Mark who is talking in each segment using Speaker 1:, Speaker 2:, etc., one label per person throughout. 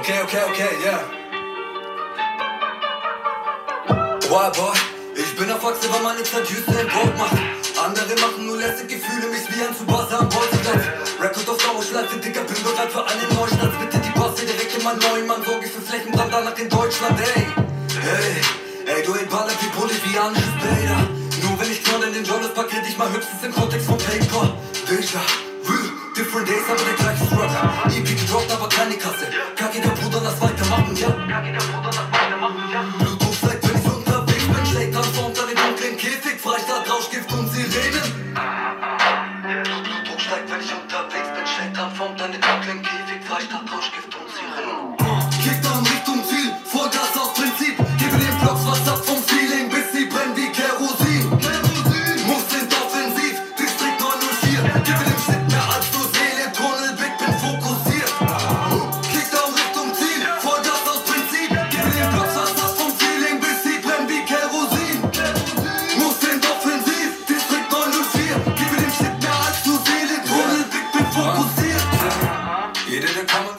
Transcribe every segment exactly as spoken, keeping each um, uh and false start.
Speaker 1: Okay, okay, okay, yeah. Boy, boy, ich bin erwachsen, weil meine Zeit Houston Gold macht. Andere machen nur lässige Gefühle, mich wie ein zu Buzzer am Bolzplatz. Record auf Dauerschleife, Dicker, bin bereit für einen Neustart. Bitte die Bosse direkt in meinen neuen Mann, sorge ich für Flächen, dann danach in Deutschland, ey. Hey, ey, du entballer wie bolivianisches Bader. Nur wenn ich knall in den Jollers pack, red ich mal höchstens im Kontext von Paper. Deja, different days, aber der gleiche Struggle. E P gedroppt, aber keine Kasse. Kaki der Bruder, lass weitermachen, ja. Kaki der Bruder, lass weitermachen, ja. Bluetooth sagt, wenn ich unterwegs bin, schlägt dann so unter den dunklen Käfig. Freistaat, Rauschgift und Sirenen. Bluetooth steigt, wenn ich unterwegs bin, schlägt dann so unter den dunklen Käfig. Freistaat, Rauschgift und Sirenen. Kickdown Richtung Ziel, Vollgas aus Prinzip. Gebe den Blocks was ab vom Feeling, bis sie brennen wie Kerosin. Muss sind offensiv, Distrikt neun null vier. Gebe dem Shit mehr als nur Seele, Tunnel, Blick, bin fokussiert. Kickdown Richtung Ziel, Vollgas aus Prinzip. Gebe den Blocks was ab vom Feeling, bis sie brennen wie Kerosin. Muss sind offensiv, Distrikt neun null vier. Gebe dem Shit mehr als nur Seele, Tunnel, Blick, bin fokussiert. Jeder, der kann man.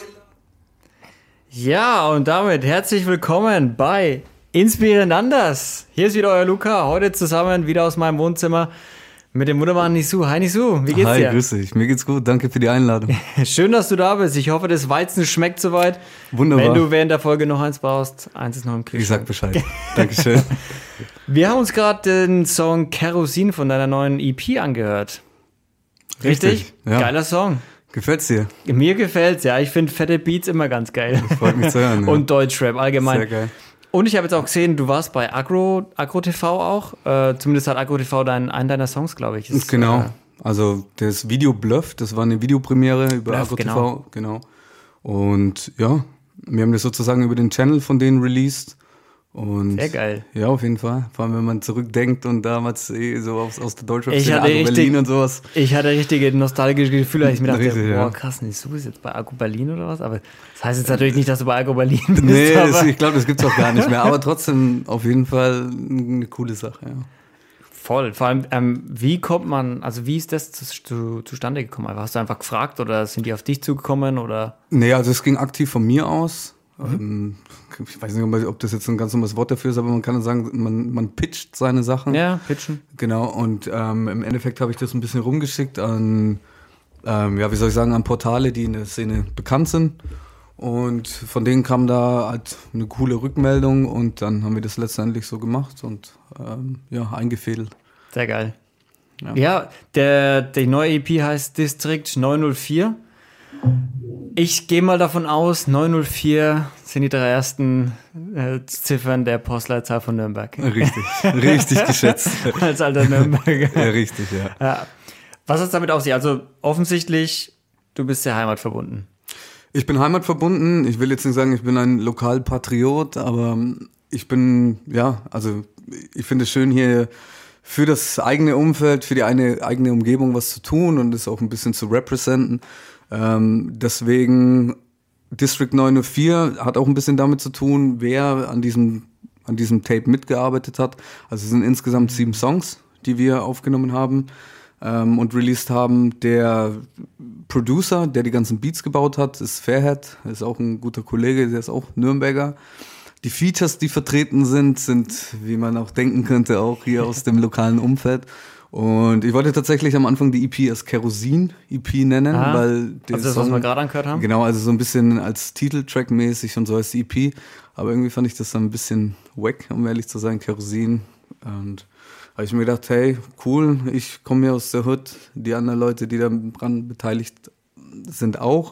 Speaker 2: Ja, und damit herzlich willkommen bei Inspirierend anders. Hier ist wieder euer Luca, heute zusammen wieder aus meinem Wohnzimmer mit dem wunderbaren Nisu. Hi Nisu, wie geht's
Speaker 3: Hi,
Speaker 2: dir?
Speaker 3: Hi, grüß dich. Mir geht's gut, danke für die Einladung.
Speaker 2: Schön, dass du da bist. Ich hoffe, das Weizen schmeckt soweit.
Speaker 3: Wunderbar.
Speaker 2: Wenn du während der Folge noch eins brauchst, eins ist noch im Kühlschrank.
Speaker 3: Ich sag Bescheid. Dankeschön.
Speaker 2: Wir haben uns gerade den Song Kerosin von deiner neuen E P angehört. Richtig?
Speaker 3: Richtig, ja.
Speaker 2: Geiler Song.
Speaker 3: Gefällt's dir?
Speaker 2: Mir gefällt's, ja. Ich finde fette Beats immer ganz geil.
Speaker 3: Das freut mich zu hören. Ja.
Speaker 2: Und Deutschrap allgemein.
Speaker 3: Sehr geil.
Speaker 2: Und ich habe jetzt auch gesehen, du warst bei Agro, Agro T V auch. Äh, zumindest hat Agro T V dein, einen deiner Songs, glaube ich. Ist,
Speaker 3: genau.
Speaker 2: Äh,
Speaker 3: also das Video Bluff, das war eine Videopremiere über
Speaker 2: Bluff,
Speaker 3: Agro
Speaker 2: genau.
Speaker 3: T V. Genau. Und ja, wir haben das sozusagen über den Channel von denen released. Und
Speaker 2: sehr geil.
Speaker 3: Ja, auf jeden Fall. Vor allem, wenn man zurückdenkt und damals eh so aus, aus der Deutschrap
Speaker 2: Ich hatte
Speaker 3: Agro
Speaker 2: richtig-
Speaker 3: Berlin und sowas.
Speaker 2: Ich hatte richtige nostalgische Gefühle, als ich mir dachte,
Speaker 3: Richtig,
Speaker 2: boah,
Speaker 3: ja.
Speaker 2: krass, nicht so ist jetzt bei Agro Berlin oder was? Aber das heißt jetzt natürlich nicht, dass du bei Agro Berlin bist.
Speaker 3: Nee,
Speaker 2: aber
Speaker 3: das, ich glaube, das gibt's auch gar nicht mehr. Aber trotzdem auf jeden Fall eine coole Sache, ja.
Speaker 2: voll. Vor allem, ähm, wie kommt man, also wie ist das zu, zu, zustande gekommen? Einfach, hast du einfach gefragt oder sind die auf dich zugekommen oder?
Speaker 3: Nee, also es ging aktiv von mir aus. Mhm. Ich weiß nicht, ob das jetzt ein ganz normales Wort dafür ist, aber man kann sagen, man, man pitcht seine Sachen.
Speaker 2: Ja, pitchen.
Speaker 3: Genau, und ähm, im Endeffekt habe ich das ein bisschen rumgeschickt an, ähm, ja, wie soll ich sagen, an Portale, die in der Szene bekannt sind. Und von denen kam da halt eine coole Rückmeldung und dann haben wir das letztendlich so gemacht und ähm, ja, eingefädelt.
Speaker 2: Sehr geil.
Speaker 3: Ja.
Speaker 2: Ja, der, die neue E P heißt District neun null vier. Ich gehe mal davon aus, neun null vier sind die drei ersten äh, Ziffern der Postleitzahl von Nürnberg.
Speaker 3: Richtig, richtig geschätzt.
Speaker 2: Als alter Nürnberger.
Speaker 3: Ja, richtig, ja.
Speaker 2: Ja. Was hat damit auf sich? Also offensichtlich, du bist sehr heimatverbunden.
Speaker 3: Ich bin heimatverbunden. Ich will jetzt nicht sagen, ich bin ein Lokalpatriot, aber ich bin, ja, also ich finde es schön, hier für das eigene Umfeld, für die eine, eigene Umgebung was zu tun und es auch ein bisschen zu representen. Ähm, deswegen District neun null vier hat auch ein bisschen damit zu tun, wer an diesem, an diesem Tape mitgearbeitet hat. Also es sind insgesamt sieben Songs, die wir aufgenommen haben ähm, und released haben. Der Producer, der die ganzen Beats gebaut hat, ist Fairhead, ist auch ein guter Kollege, der ist auch Nürnberger. Die Features, die vertreten sind, sind, wie man auch denken könnte, auch hier aus dem lokalen Umfeld. Und ich wollte tatsächlich am Anfang die E P als Kerosin-E P nennen,
Speaker 2: Aha.
Speaker 3: weil der
Speaker 2: Also das,
Speaker 3: Song,
Speaker 2: was wir gerade angehört haben?
Speaker 3: Genau, also so ein bisschen als Titeltrack mäßig und so als E P. Aber irgendwie fand ich das dann ein bisschen wack, um ehrlich zu sein, Kerosin. Und habe ich mir gedacht, hey, cool, ich komme ja aus der Hood, die anderen Leute, die daran beteiligt sind auch.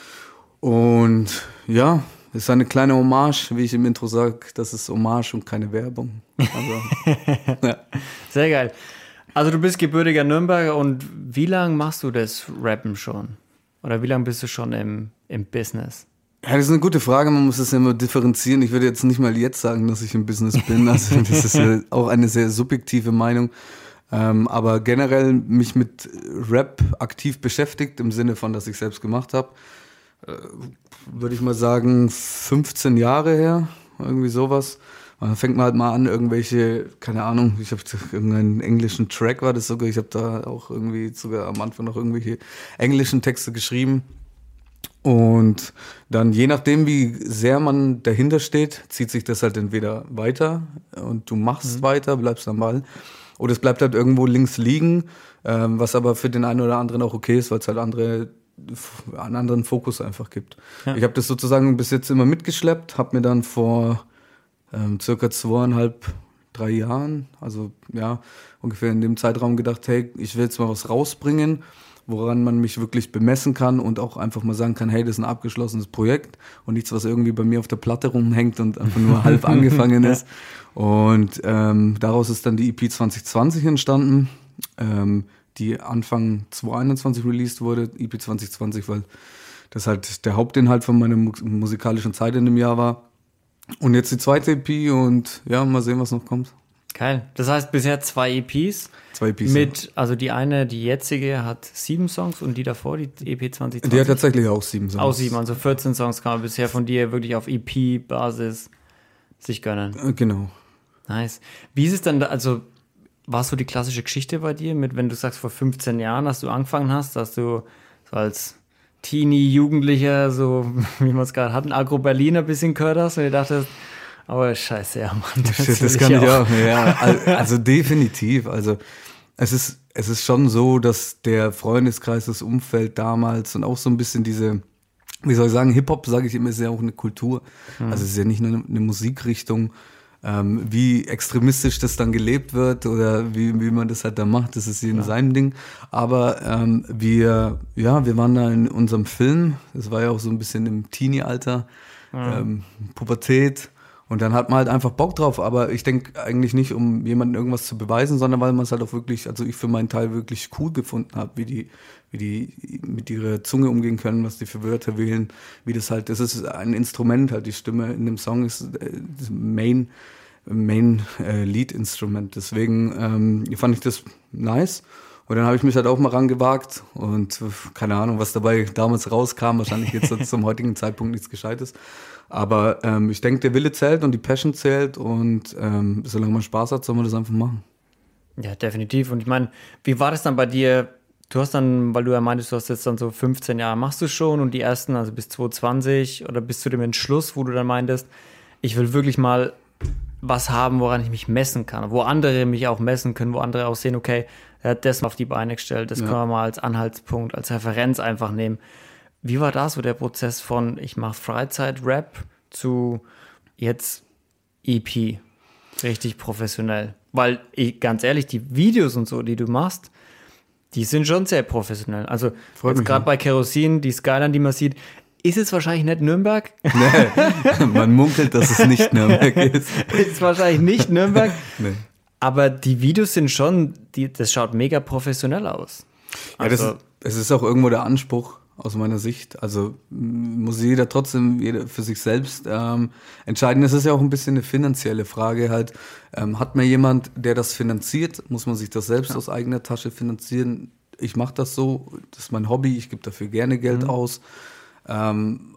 Speaker 3: Und ja, ist eine kleine Hommage, wie ich im Intro sage, das ist Hommage und keine Werbung. Also, ja.
Speaker 2: Sehr geil. Also du bist gebürtiger Nürnberger und wie lange machst du das Rappen schon? Oder wie lange bist du schon im, im Business?
Speaker 3: Ja, das ist eine gute Frage, man muss das ja immer differenzieren. Ich würde jetzt nicht mal jetzt sagen, dass ich im Business bin. Also das ist ja auch eine sehr subjektive Meinung. Ähm, aber generell mich mit Rap aktiv beschäftigt, im Sinne von, dass ich selbst gemacht habe, äh, würde ich mal sagen, fünfzehn Jahre her, irgendwie sowas. Und dann fängt man halt mal an, irgendwelche, keine Ahnung, ich habe irgendeinen englischen Track, war das sogar, ich habe da auch irgendwie sogar am Anfang noch irgendwelche englischen Texte geschrieben. Und dann, je nachdem, wie sehr man dahinter steht, zieht sich das halt entweder weiter und du machst mhm. weiter, bleibst am Ball. Oder es bleibt halt irgendwo links liegen, ähm, was aber für den einen oder anderen auch okay ist, weil es halt andere, einen anderen Fokus einfach gibt. Ja. Ich habe das sozusagen bis jetzt immer mitgeschleppt, habe mir dann vor ähm, circa zweieinhalb, drei Jahren, also ja, ungefähr in dem Zeitraum gedacht, hey, ich will jetzt mal was rausbringen, woran man mich wirklich bemessen kann und auch einfach mal sagen kann, hey, das ist ein abgeschlossenes Projekt und nichts, was irgendwie bei mir auf der Platte rumhängt und einfach nur halb angefangen ist. Und ähm, daraus ist dann die E P zwanzig zwanzig entstanden, ähm, die Anfang zwanzig einundzwanzig released wurde, E P zwanzig zwanzig, weil das halt der Hauptinhalt von meiner mu- musikalischen Zeit in dem Jahr war. Und jetzt die zweite E P und ja, mal sehen, was noch kommt.
Speaker 2: Geil. Das heißt, bisher zwei E Ps.
Speaker 3: Zwei E Ps.
Speaker 2: Mit, also die eine, die jetzige, hat sieben Songs und die davor, die E P zwanzig zwanzig.
Speaker 3: Die hat tatsächlich auch sieben Songs.
Speaker 2: Auch sieben, also vierzehn Songs kann man bisher von dir wirklich auf E P-Basis sich gönnen.
Speaker 3: Genau.
Speaker 2: Nice. Wie ist es dann, da, also war es so die klassische Geschichte bei dir, mit, wenn du sagst, vor fünfzehn Jahren, als du angefangen hast, dass du so als Teenie, Jugendlicher, so wie wir es gerade hatten, Agro-Berlin ein bisschen gehört hast und du dachtest, aber scheiße, ja, Mann. Das,
Speaker 3: das, das kann ich auch. auch. Ja, also definitiv. Also es ist, es ist schon so, dass der Freundeskreis, das Umfeld damals und auch so ein bisschen diese, wie soll ich sagen, Hip-Hop, sage ich immer, ist ja auch eine Kultur. Mhm. Also es ist ja nicht nur eine, eine Musikrichtung. Ähm, wie extremistisch das dann gelebt wird oder wie, wie man das halt da macht, das ist jedem ja. sein Ding. Aber ähm, wir, ja, wir waren da in unserem Film, das war ja auch so ein bisschen im Teenie-Alter, mhm. ähm, Pubertät. Und dann hat man halt einfach Bock drauf, aber ich denke eigentlich nicht, um jemandem irgendwas zu beweisen, sondern weil man es halt auch wirklich, also ich für meinen Teil wirklich cool gefunden habe, wie die, wie die mit ihrer Zunge umgehen können, was die für Wörter wählen, wie das halt, das ist ein Instrument, halt die Stimme in dem Song ist das Main, Main äh, Lead-Instrument, deswegen ähm, fand ich das nice. Und dann habe ich mich halt auch mal rangewagt und keine Ahnung, was dabei damals rauskam, wahrscheinlich jetzt zum heutigen Zeitpunkt nichts Gescheites. Aber ähm, ich denke, der Wille zählt und die Passion zählt und ähm, solange man Spaß hat, soll man das einfach machen.
Speaker 2: Ja, definitiv. Und ich meine, wie war das dann bei dir? Du hast dann, weil du ja meintest, du hast jetzt dann so fünfzehn Jahre, machst du schon und die ersten, also bis zwanzig zwanzig oder bis zu dem Entschluss, wo du dann meintest, ich will wirklich mal was haben, woran ich mich messen kann, wo andere mich auch messen können, wo andere auch sehen, okay, er hat das mal auf die Beine gestellt, das ja. können wir mal als Anhaltspunkt, als Referenz einfach nehmen. Wie war da so der Prozess von, ich mache Freizeit-Rap zu jetzt E P, richtig professionell? Weil, ich, ganz ehrlich, die Videos und so, die du machst, die sind schon sehr professionell. Also gerade bei Kerosin, die Skyline, die man sieht, ist es wahrscheinlich nicht Nürnberg?
Speaker 3: Nee, man munkelt, dass es nicht Nürnberg ist.
Speaker 2: Ist wahrscheinlich nicht Nürnberg.
Speaker 3: Nee.
Speaker 2: Aber die Videos sind schon, die, das schaut mega professionell aus.
Speaker 3: Also, ja, das ist, es ist auch irgendwo der Anspruch aus meiner Sicht. Also muss jeder trotzdem jeder für sich selbst ähm, entscheiden. Es ist ja auch ein bisschen eine finanzielle Frage halt. Ähm, hat man jemand, der das finanziert? Muss man sich das selbst ja. aus eigener Tasche finanzieren? Ich mache das so, das ist mein Hobby, ich gebe dafür gerne Geld mhm. aus. Ähm,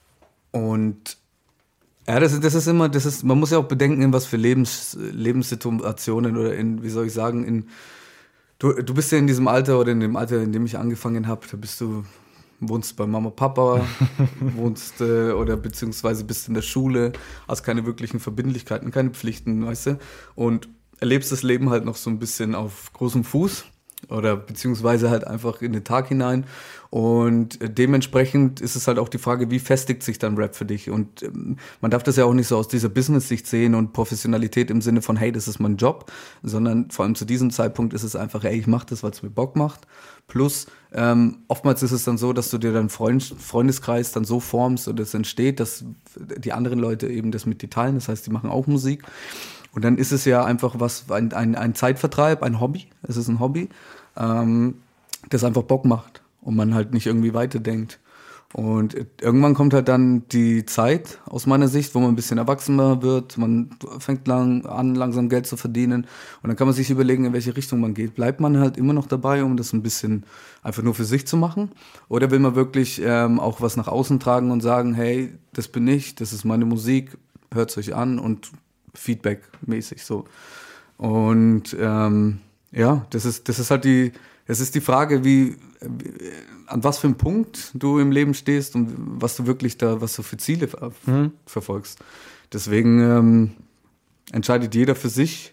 Speaker 3: und ja, das, das ist immer, das ist, man muss ja auch bedenken, in was für Lebens, Lebenssituationen oder in, wie soll ich sagen, in du, du bist ja in diesem Alter oder in dem Alter, in dem ich angefangen habe, da bist du, wohnst bei Mama, Papa, wohnst äh, oder beziehungsweise bist in der Schule, hast keine wirklichen Verbindlichkeiten, keine Pflichten, weißt du, und erlebst das Leben halt noch so ein bisschen auf großem Fuß. Oder beziehungsweise halt einfach in den Tag hinein. Und dementsprechend ist es halt auch die Frage, wie festigt sich dann Rap für dich? Und ähm, man darf das ja auch nicht so aus dieser Business-Sicht sehen und Professionalität im Sinne von, hey, das ist mein Job, sondern vor allem zu diesem Zeitpunkt ist es einfach, hey, ich mache das, weil es mir Bock macht. Plus, ähm, oftmals ist es dann so, dass du dir deinen Freund, Freundeskreis dann so formst und es entsteht, dass die anderen Leute eben das mit dir teilen. Das heißt, die machen auch Musik. Und dann ist es ja einfach was, ein, ein, ein Zeitvertreib, ein Hobby. Es ist ein Hobby, ähm, das einfach Bock macht und man halt nicht irgendwie weiterdenkt. Und irgendwann kommt halt dann die Zeit, aus meiner Sicht, wo man ein bisschen erwachsener wird. Man fängt lang an, langsam Geld zu verdienen. Und dann kann man sich überlegen, in welche Richtung man geht. Bleibt man halt immer noch dabei, um das ein bisschen einfach nur für sich zu machen? Oder will man wirklich ähm, auch was nach außen tragen und sagen, hey, das bin ich, das ist meine Musik, hört's euch an und Feedback-mäßig so. Und ähm, ja, das ist, das ist halt die, Es ist die Frage, wie, wie an was für einem Punkt du im Leben stehst und was du wirklich da, was du für Ziele ver-
Speaker 2: Mhm.
Speaker 3: verfolgst. Deswegen ähm, entscheidet jeder für sich.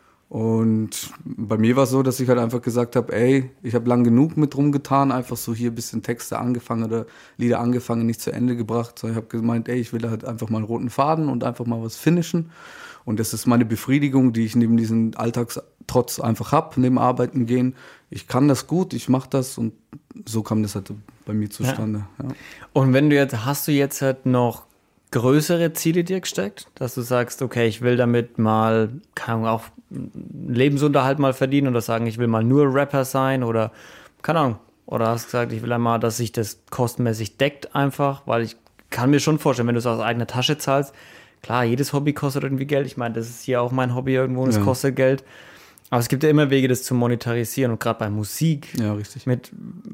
Speaker 3: Und bei mir war es so, dass ich halt einfach gesagt habe, ey, ich habe lang genug mit rumgetan, einfach so hier ein bisschen Texte angefangen oder Lieder angefangen, nicht zu Ende gebracht. So, ich habe gemeint, ey, ich will halt einfach mal einen roten Faden und einfach mal was finishen. Und das ist meine Befriedigung, die ich neben diesem Alltagstrotz einfach habe, neben Arbeiten gehen. Ich kann das gut, ich mache das und so kam das halt bei mir zustande. Ja. Ja.
Speaker 2: Und wenn du jetzt, hast du jetzt halt noch größere Ziele dir gesteckt, dass du sagst, okay, ich will damit mal, keine Ahnung, auch einen Lebensunterhalt mal verdienen oder sagen, ich will mal nur Rapper sein oder, keine Ahnung, oder hast gesagt, ich will einmal, dass sich das kostenmäßig deckt einfach, weil ich kann mir schon vorstellen, wenn du es aus eigener Tasche zahlst, klar, jedes Hobby kostet irgendwie Geld, ich meine, das ist hier auch mein Hobby irgendwo und es
Speaker 3: Ja.
Speaker 2: kostet Geld, aber es gibt ja immer Wege, das zu monetarisieren und gerade bei Musik,
Speaker 3: Ja, richtig.
Speaker 2: mit,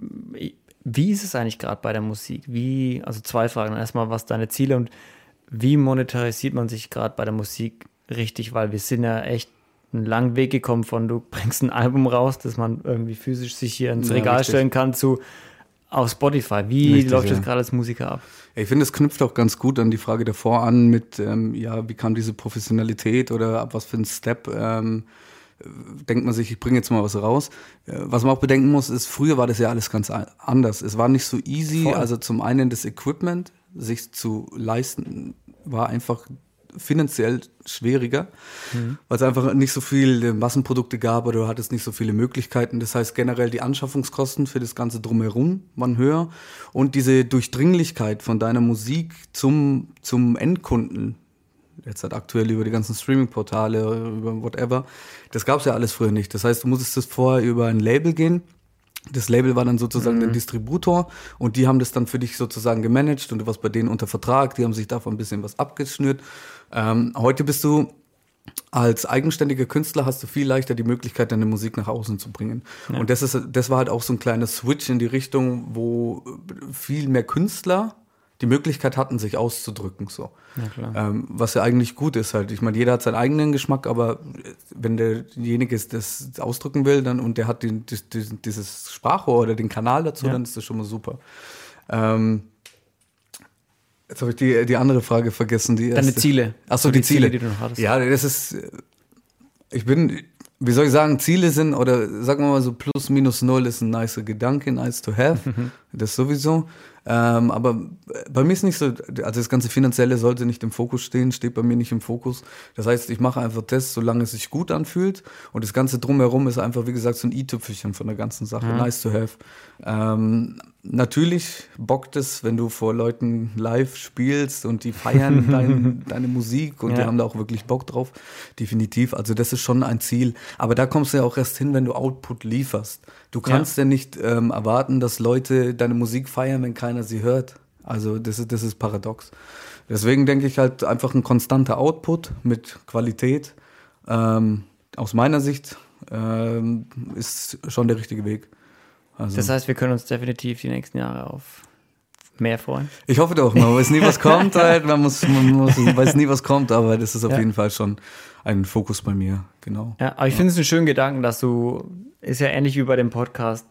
Speaker 2: wie ist es eigentlich gerade bei der Musik? Wie, also zwei Fragen. Erstmal, was deine Ziele und wie monetarisiert man sich gerade bei der Musik richtig? Weil wir sind ja echt einen langen Weg gekommen von, du bringst ein Album raus, das man irgendwie physisch sich hier ins
Speaker 3: Ja,
Speaker 2: Regal
Speaker 3: richtig.
Speaker 2: stellen kann, zu auf Spotify. Wie
Speaker 3: Richtig,
Speaker 2: läuft das
Speaker 3: ja.
Speaker 2: gerade als Musiker ab?
Speaker 3: Ich finde, es knüpft auch ganz gut an die Frage davor an mit, ähm, ja, wie kam diese Professionalität oder ab was für ein Step ähm, denkt man sich, ich bringe jetzt mal was raus. Äh, Was man auch bedenken muss, ist, früher war das ja alles ganz a- anders. Es war nicht so easy,
Speaker 2: Voll.
Speaker 3: also zum einen das Equipment sich zu leisten, war einfach finanziell schwieriger, weil es einfach nicht so viele Massenprodukte gab oder du hattest nicht so viele Möglichkeiten. Das heißt, generell die Anschaffungskosten für das Ganze drumherum waren höher und diese Durchdringlichkeit von deiner Musik zum, zum Endkunden, jetzt halt aktuell über die ganzen Streaming-Portale, über whatever, das gab es ja alles früher nicht. Das heißt, du musstest das vorher über ein Label gehen. Das Label war dann sozusagen der Distributor und die haben das dann für dich sozusagen gemanagt und du warst bei denen unter Vertrag, die haben sich davon ein bisschen was abgeschnürt. Ähm, heute bist du als eigenständiger Künstler, hast du viel leichter die Möglichkeit, deine Musik nach außen zu bringen.
Speaker 2: Ja.
Speaker 3: Und das ist, das war halt auch so ein kleiner Switch in die Richtung, wo viel mehr Künstler die Möglichkeit hatten, sich auszudrücken, so.
Speaker 2: Ja, klar.
Speaker 3: Ähm, was ja eigentlich gut ist halt. Ich meine, jeder hat seinen eigenen Geschmack, aber wenn derjenige das ausdrücken will, dann und der hat den, das, dieses Sprachrohr oder den Kanal dazu,
Speaker 2: Ja.
Speaker 3: dann ist das schon mal super. Ähm, jetzt habe ich die, die andere Frage vergessen. Die
Speaker 2: Deine
Speaker 3: erste.
Speaker 2: Ziele.
Speaker 3: Ach so,
Speaker 2: die
Speaker 3: die Ziele.
Speaker 2: die du noch hattest.
Speaker 3: Ja, das ist, ich bin, wie soll ich sagen, Ziele sind, oder sagen wir mal so, plus minus null ist ein nicer Gedanke, nice to have, das sowieso. Ähm, aber bei mir ist nicht so, also das ganze Finanzielle sollte nicht im Fokus stehen, steht bei mir nicht im Fokus. Das heißt, ich mache einfach das, solange es sich gut anfühlt. Und das Ganze drumherum ist einfach, wie gesagt, so ein i-Tüpfelchen von der ganzen Sache,
Speaker 2: Mhm.
Speaker 3: nice to have. Ähm, natürlich bockt es, wenn du vor Leuten live spielst und die feiern dein, deine Musik und die
Speaker 2: Ja.
Speaker 3: haben da auch wirklich Bock drauf. Definitiv. Also das ist schon ein Ziel. Aber da kommst du ja auch erst hin, wenn du Output lieferst. Du kannst ja, ja nicht ähm, erwarten, dass Leute deine Musik feiern, wenn keiner sie hört. Also das ist, das ist paradox. Deswegen denke ich halt einfach ein konstanter Output mit Qualität. Ähm, aus meiner Sicht ähm, ist schon der richtige Weg. Also,
Speaker 2: Das heißt, wir können uns definitiv die nächsten Jahre auf mehr freuen.
Speaker 3: ich hoffe doch, man weiß nie, was kommt. Halt. Man, muss, man muss, weiß nie, was kommt, aber das ist auf
Speaker 2: Ja.
Speaker 3: jeden Fall schon ein Fokus bei mir. Genau.
Speaker 2: Ja, aber ich finde es einen schönen Gedanken, dass du, ist ja ähnlich wie bei dem Podcast,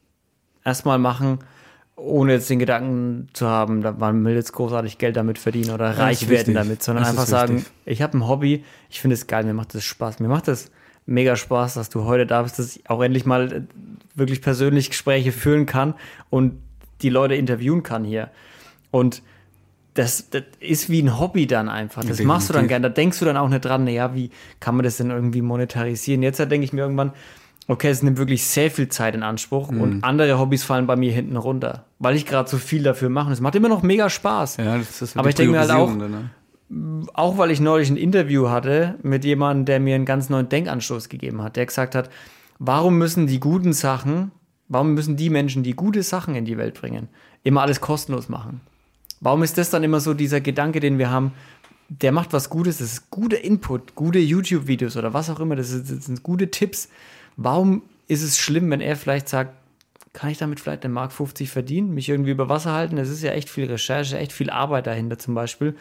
Speaker 2: erstmal machen, ohne jetzt den Gedanken zu haben, da- man will jetzt großartig Geld damit verdienen oder
Speaker 3: das
Speaker 2: reich
Speaker 3: ist
Speaker 2: werden
Speaker 3: wichtig.
Speaker 2: damit, sondern
Speaker 3: Das
Speaker 2: einfach
Speaker 3: ist
Speaker 2: sagen,
Speaker 3: wichtig.
Speaker 2: ich habe ein Hobby, ich finde es geil, mir macht das Spaß, mir macht das mega Spaß, dass du heute da bist, dass ich auch endlich mal äh, wirklich persönlich Gespräche führen kann und die Leute interviewen kann hier. Und das, das ist wie ein Hobby dann einfach. Das
Speaker 3: Definitiv.
Speaker 2: machst du dann gern. Da denkst du dann auch nicht dran, naja, wie kann man das denn irgendwie monetarisieren? Jetzt da denke ich mir irgendwann, okay, es nimmt wirklich sehr viel Zeit in Anspruch
Speaker 3: Mhm.
Speaker 2: und andere Hobbys fallen bei mir hinten runter, weil ich gerade so viel dafür mache. Es macht immer noch mega Spaß.
Speaker 3: Ja, das ist
Speaker 2: Aber
Speaker 3: die
Speaker 2: ich denke mir halt auch,
Speaker 3: Priorisierung dann, ne?
Speaker 2: Auch weil ich neulich ein Interview hatte mit jemandem, der mir einen ganz neuen Denkanstoß gegeben hat, der gesagt hat, warum müssen die guten Sachen, warum müssen die Menschen, die gute Sachen in die Welt bringen, immer alles kostenlos machen? Warum ist das dann immer so dieser Gedanke, den wir haben, der macht was Gutes, das ist guter Input, gute YouTube-Videos oder was auch immer, das, ist, das sind gute Tipps. Warum ist es schlimm, wenn er vielleicht sagt, kann ich damit vielleicht eine Mark fünfzig verdienen, mich irgendwie über Wasser halten? Das ist ja echt viel Recherche, echt viel Arbeit dahinter zum Beispiel.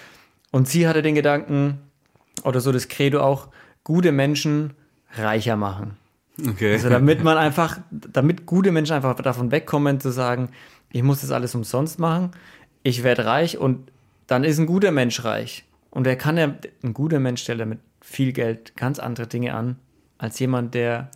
Speaker 2: Und sie hatte den Gedanken, oder so das Credo auch, gute Menschen reicher machen.
Speaker 3: Okay.
Speaker 2: Also damit man einfach, damit gute Menschen einfach davon wegkommen, zu sagen, ich muss das alles umsonst machen, ich werde reich und dann ist ein guter Mensch reich. Und der kann ja, ein guter Mensch stellt damit viel Geld ganz andere Dinge an, als jemand, der...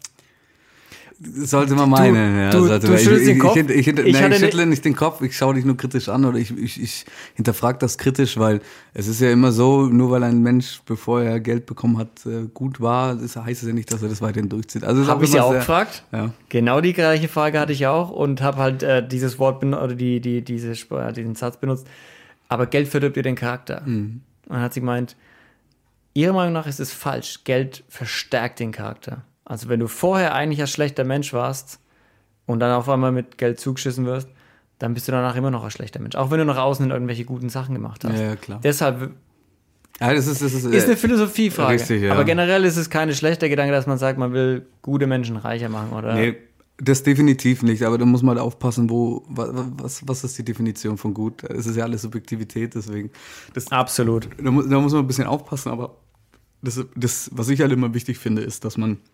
Speaker 3: Sollte man meinen, ja.
Speaker 2: Du,
Speaker 3: sollte
Speaker 2: du
Speaker 3: man.
Speaker 2: schüttelst den Kopf.
Speaker 3: Ich, ich, ich, ich,
Speaker 2: Ich
Speaker 3: nee,
Speaker 2: hatte
Speaker 3: ich
Speaker 2: ne-
Speaker 3: schüttle nicht den Kopf, ich schaue dich nur kritisch an oder ich, ich, ich hinterfrage das kritisch, weil es ist ja immer so, nur weil ein Mensch, bevor er Geld bekommen hat, äh, gut war, das heißt es ja nicht, dass er das weiterhin durchzieht. Also
Speaker 2: Habe ich sie
Speaker 3: immer
Speaker 2: auch
Speaker 3: sehr-
Speaker 2: gefragt.
Speaker 3: Ja.
Speaker 2: Genau die gleiche Frage hatte ich auch und habe halt äh, dieses Wort ben- oder die, die, diese, Sp- äh, diesen Satz benutzt. Aber Geld verdirbt dir den Charakter.
Speaker 3: Mhm.
Speaker 2: Und dann hat sie gemeint, ihrer Meinung nach ist es falsch. Geld verstärkt den Charakter. Also wenn du vorher eigentlich ein schlechter Mensch warst und dann auf einmal mit Geld zugeschissen wirst, dann bist du danach immer noch ein schlechter Mensch. Auch wenn du nach außen irgendwelche guten Sachen gemacht hast.
Speaker 3: Ja, ja, klar.
Speaker 2: Deshalb
Speaker 3: Ja, das ist, das ist,
Speaker 2: ist
Speaker 3: äh,
Speaker 2: eine Philosophiefrage.
Speaker 3: richtig, ja.
Speaker 2: Aber generell ist es keine schlechter Gedanke, dass man sagt, man will gute Menschen reicher machen. Oder
Speaker 3: Nee, das definitiv nicht, aber da muss man halt aufpassen, wo, wa- was, was ist die Definition von gut? Es ist ja alles Subjektivität, deswegen. Das,
Speaker 2: Absolut.
Speaker 3: da, mu- da muss man ein bisschen aufpassen, aber das, das, was ich halt immer wichtig finde, ist, dass man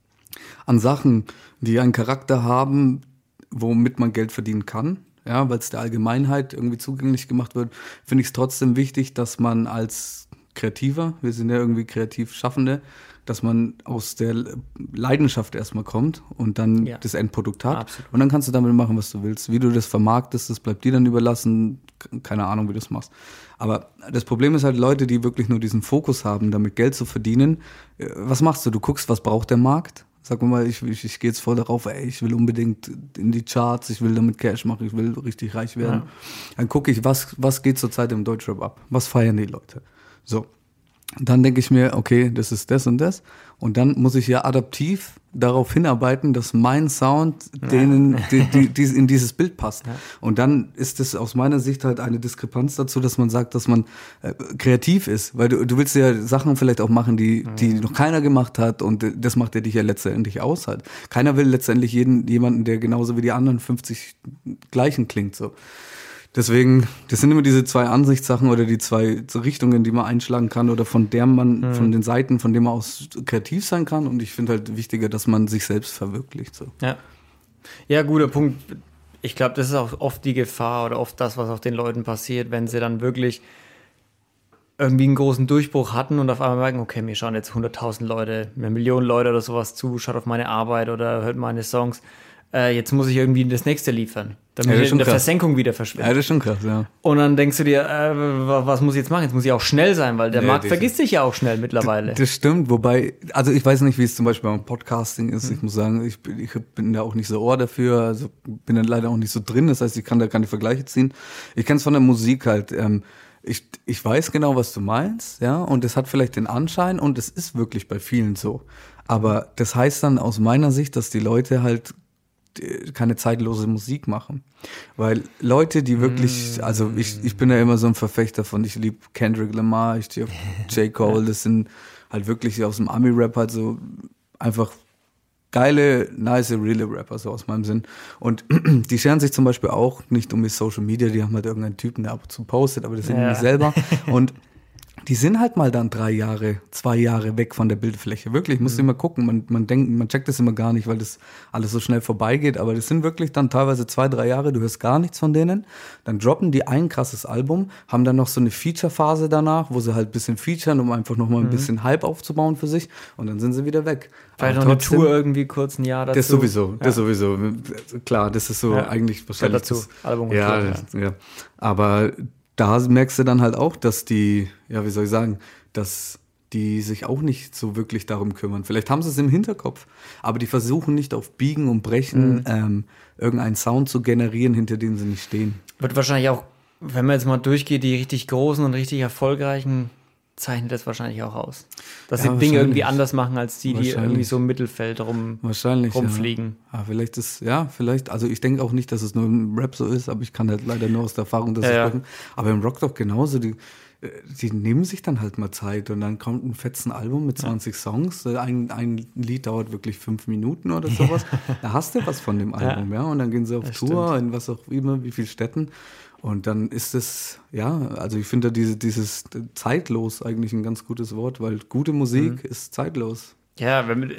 Speaker 3: an Sachen, die einen Charakter haben, womit man Geld verdienen kann, ja, weil es der Allgemeinheit irgendwie zugänglich gemacht wird, finde ich es trotzdem wichtig, dass man als Kreativer, wir sind ja irgendwie kreativ Schaffende, dass man aus der Leidenschaft erstmal kommt und dann
Speaker 2: Ja.
Speaker 3: das Endprodukt hat.
Speaker 2: Absolut.
Speaker 3: Und dann kannst du damit machen, was du willst. Wie du das vermarktest, das bleibt dir dann überlassen. Keine Ahnung, wie du das machst. Aber das Problem ist halt, Leute, die wirklich nur diesen Fokus haben, damit Geld zu verdienen. äh, Was machst du? Du guckst, was braucht der Markt? Sag mir mal, ich, ich, ich gehe jetzt voll darauf, ey, ich will unbedingt in die Charts, ich will damit Cash machen, ich will richtig reich werden.
Speaker 2: Ja.
Speaker 3: Dann gucke ich, was, was geht zurzeit im Deutschrap ab? Was feiern die Leute? So. Dann denke ich mir, okay, das ist das und das. Und dann muss ich ja adaptiv darauf hinarbeiten, dass mein Sound denen, die, die, die in dieses Bild passt. Und dann ist es aus meiner Sicht halt eine Diskrepanz dazu, dass man sagt, dass man äh, kreativ ist. Weil du, du willst ja Sachen vielleicht auch machen, die, die noch keiner gemacht hat. Und äh, das macht ja dich ja letztendlich aus halt. Keiner will letztendlich jeden, jemanden, der genauso wie die anderen fünfzig gleichen klingt, so. Deswegen, das sind immer diese zwei Ansichtssachen oder die zwei Richtungen, die man einschlagen kann oder von der man,
Speaker 2: Mhm.
Speaker 3: von den Seiten, von denen man aus kreativ sein kann. Und ich finde halt wichtiger, dass man sich selbst verwirklicht. So.
Speaker 2: Ja. Ja, guter Punkt. Ich glaube, das ist auch oft die Gefahr oder oft das, was auch den Leuten passiert, wenn sie dann wirklich irgendwie einen großen Durchbruch hatten und auf einmal merken, okay, mir schauen jetzt hunderttausend Leute, eine Million Leute oder sowas zu, schaut auf meine Arbeit oder hört meine Songs. Äh, jetzt muss ich irgendwie das nächste liefern, damit
Speaker 3: Ja, das ist
Speaker 2: ich
Speaker 3: schon
Speaker 2: in der
Speaker 3: krass.
Speaker 2: Versenkung wieder
Speaker 3: Ja,
Speaker 2: verschwinde.
Speaker 3: das ist schon krass, ja.
Speaker 2: Und dann denkst du dir, äh, wa- was muss ich jetzt machen? Jetzt muss ich auch schnell sein, weil der
Speaker 3: Nee,
Speaker 2: Markt
Speaker 3: das-
Speaker 2: vergisst sich ja auch schnell mittlerweile.
Speaker 3: Das stimmt, wobei, also ich weiß nicht, wie es zum Beispiel beim Podcasting
Speaker 2: Mhm.
Speaker 3: ist. Ich muss sagen, ich bin, ich bin da auch nicht so Ohr dafür, also bin dann leider auch nicht so drin. Das heißt, ich kann da keine Vergleiche ziehen. Ich kenne es von der Musik halt. Ähm, ich, ich weiß genau, was du meinst, ja, und es hat vielleicht den Anschein und es ist wirklich bei vielen so. Aber das heißt dann aus meiner Sicht, dass die Leute halt äh, keine zeitlose Musik machen. Weil Leute, die wirklich, also ich, ich bin ja immer so ein Verfechter von, ich liebe Kendrick Lamar, ich stehe auf J. Cole, das sind halt wirklich aus dem Ami-Rap halt so einfach geile, nice, reale Rapper, so aus meinem Sinn. Und die scheren sich zum Beispiel auch nicht um die Social Media, die haben halt irgendeinen Typen, der ab und zu postet, aber das sind die
Speaker 2: Ja.
Speaker 3: nicht selber. Und die sind halt mal dann drei Jahre, zwei Jahre weg von der Bildfläche. Wirklich, musst du immer gucken. Man, man denkt, man checkt das immer gar nicht, weil das alles so schnell vorbeigeht. Aber das sind wirklich dann teilweise zwei, drei Jahre. Du hörst gar nichts von denen. Dann droppen die ein krasses Album, haben dann noch so eine Feature-Phase danach, wo sie halt ein bisschen featuren, um einfach nochmal ein bisschen Hype aufzubauen für sich. Und dann sind sie wieder weg.
Speaker 2: Vielleicht
Speaker 3: Aber
Speaker 2: noch eine
Speaker 3: trotzdem-
Speaker 2: Tour irgendwie kurz ein Jahr dazu.
Speaker 3: Das sowieso, das
Speaker 2: Ja.
Speaker 3: sowieso. Klar, das ist so
Speaker 2: Ja.
Speaker 3: eigentlich wahrscheinlich
Speaker 2: dazu.
Speaker 3: das,
Speaker 2: Album und
Speaker 3: ja,
Speaker 2: Tour,
Speaker 3: das- ja. Aber da merkst du dann halt auch, dass die, ja, wie soll ich sagen, dass die sich auch nicht so wirklich darum kümmern. Vielleicht haben sie es im Hinterkopf, aber die versuchen nicht auf Biegen und Brechen
Speaker 2: Mhm.
Speaker 3: ähm, irgendeinen Sound zu generieren, hinter dem sie nicht stehen.
Speaker 2: Wird wahrscheinlich auch, wenn man jetzt mal durchgeht, die richtig großen und richtig erfolgreichen, zeichnet das wahrscheinlich auch aus. Dass
Speaker 3: Ja,
Speaker 2: sie Dinge irgendwie
Speaker 3: wahrscheinlich.
Speaker 2: anders machen, als die, die
Speaker 3: Wahrscheinlich.
Speaker 2: irgendwie so im Mittelfeld rum,
Speaker 3: Wahrscheinlich.
Speaker 2: rumfliegen.
Speaker 3: Ja. Ah, vielleicht ist, ja, vielleicht, also ich denke auch nicht, dass es nur im Rap so ist, aber ich kann halt leider nur aus der Erfahrung das
Speaker 2: Ja, ja.
Speaker 3: sprechen. Aber im Rock doch genauso, die, äh, die nehmen sich dann halt mal Zeit und dann kommt ein fetzen Album mit zwanzig Songs. Ein, ein Lied dauert wirklich fünf Minuten oder sowas. Da hast du was von dem Album, ja. Und dann gehen sie auf
Speaker 2: Das
Speaker 3: Tour in was auch immer, wie viele Städten. Und dann ist es, ja, also ich finde diese, dieses zeitlos eigentlich ein ganz gutes Wort, weil gute Musik
Speaker 2: Mhm.
Speaker 3: ist zeitlos.
Speaker 2: Ja, wenn,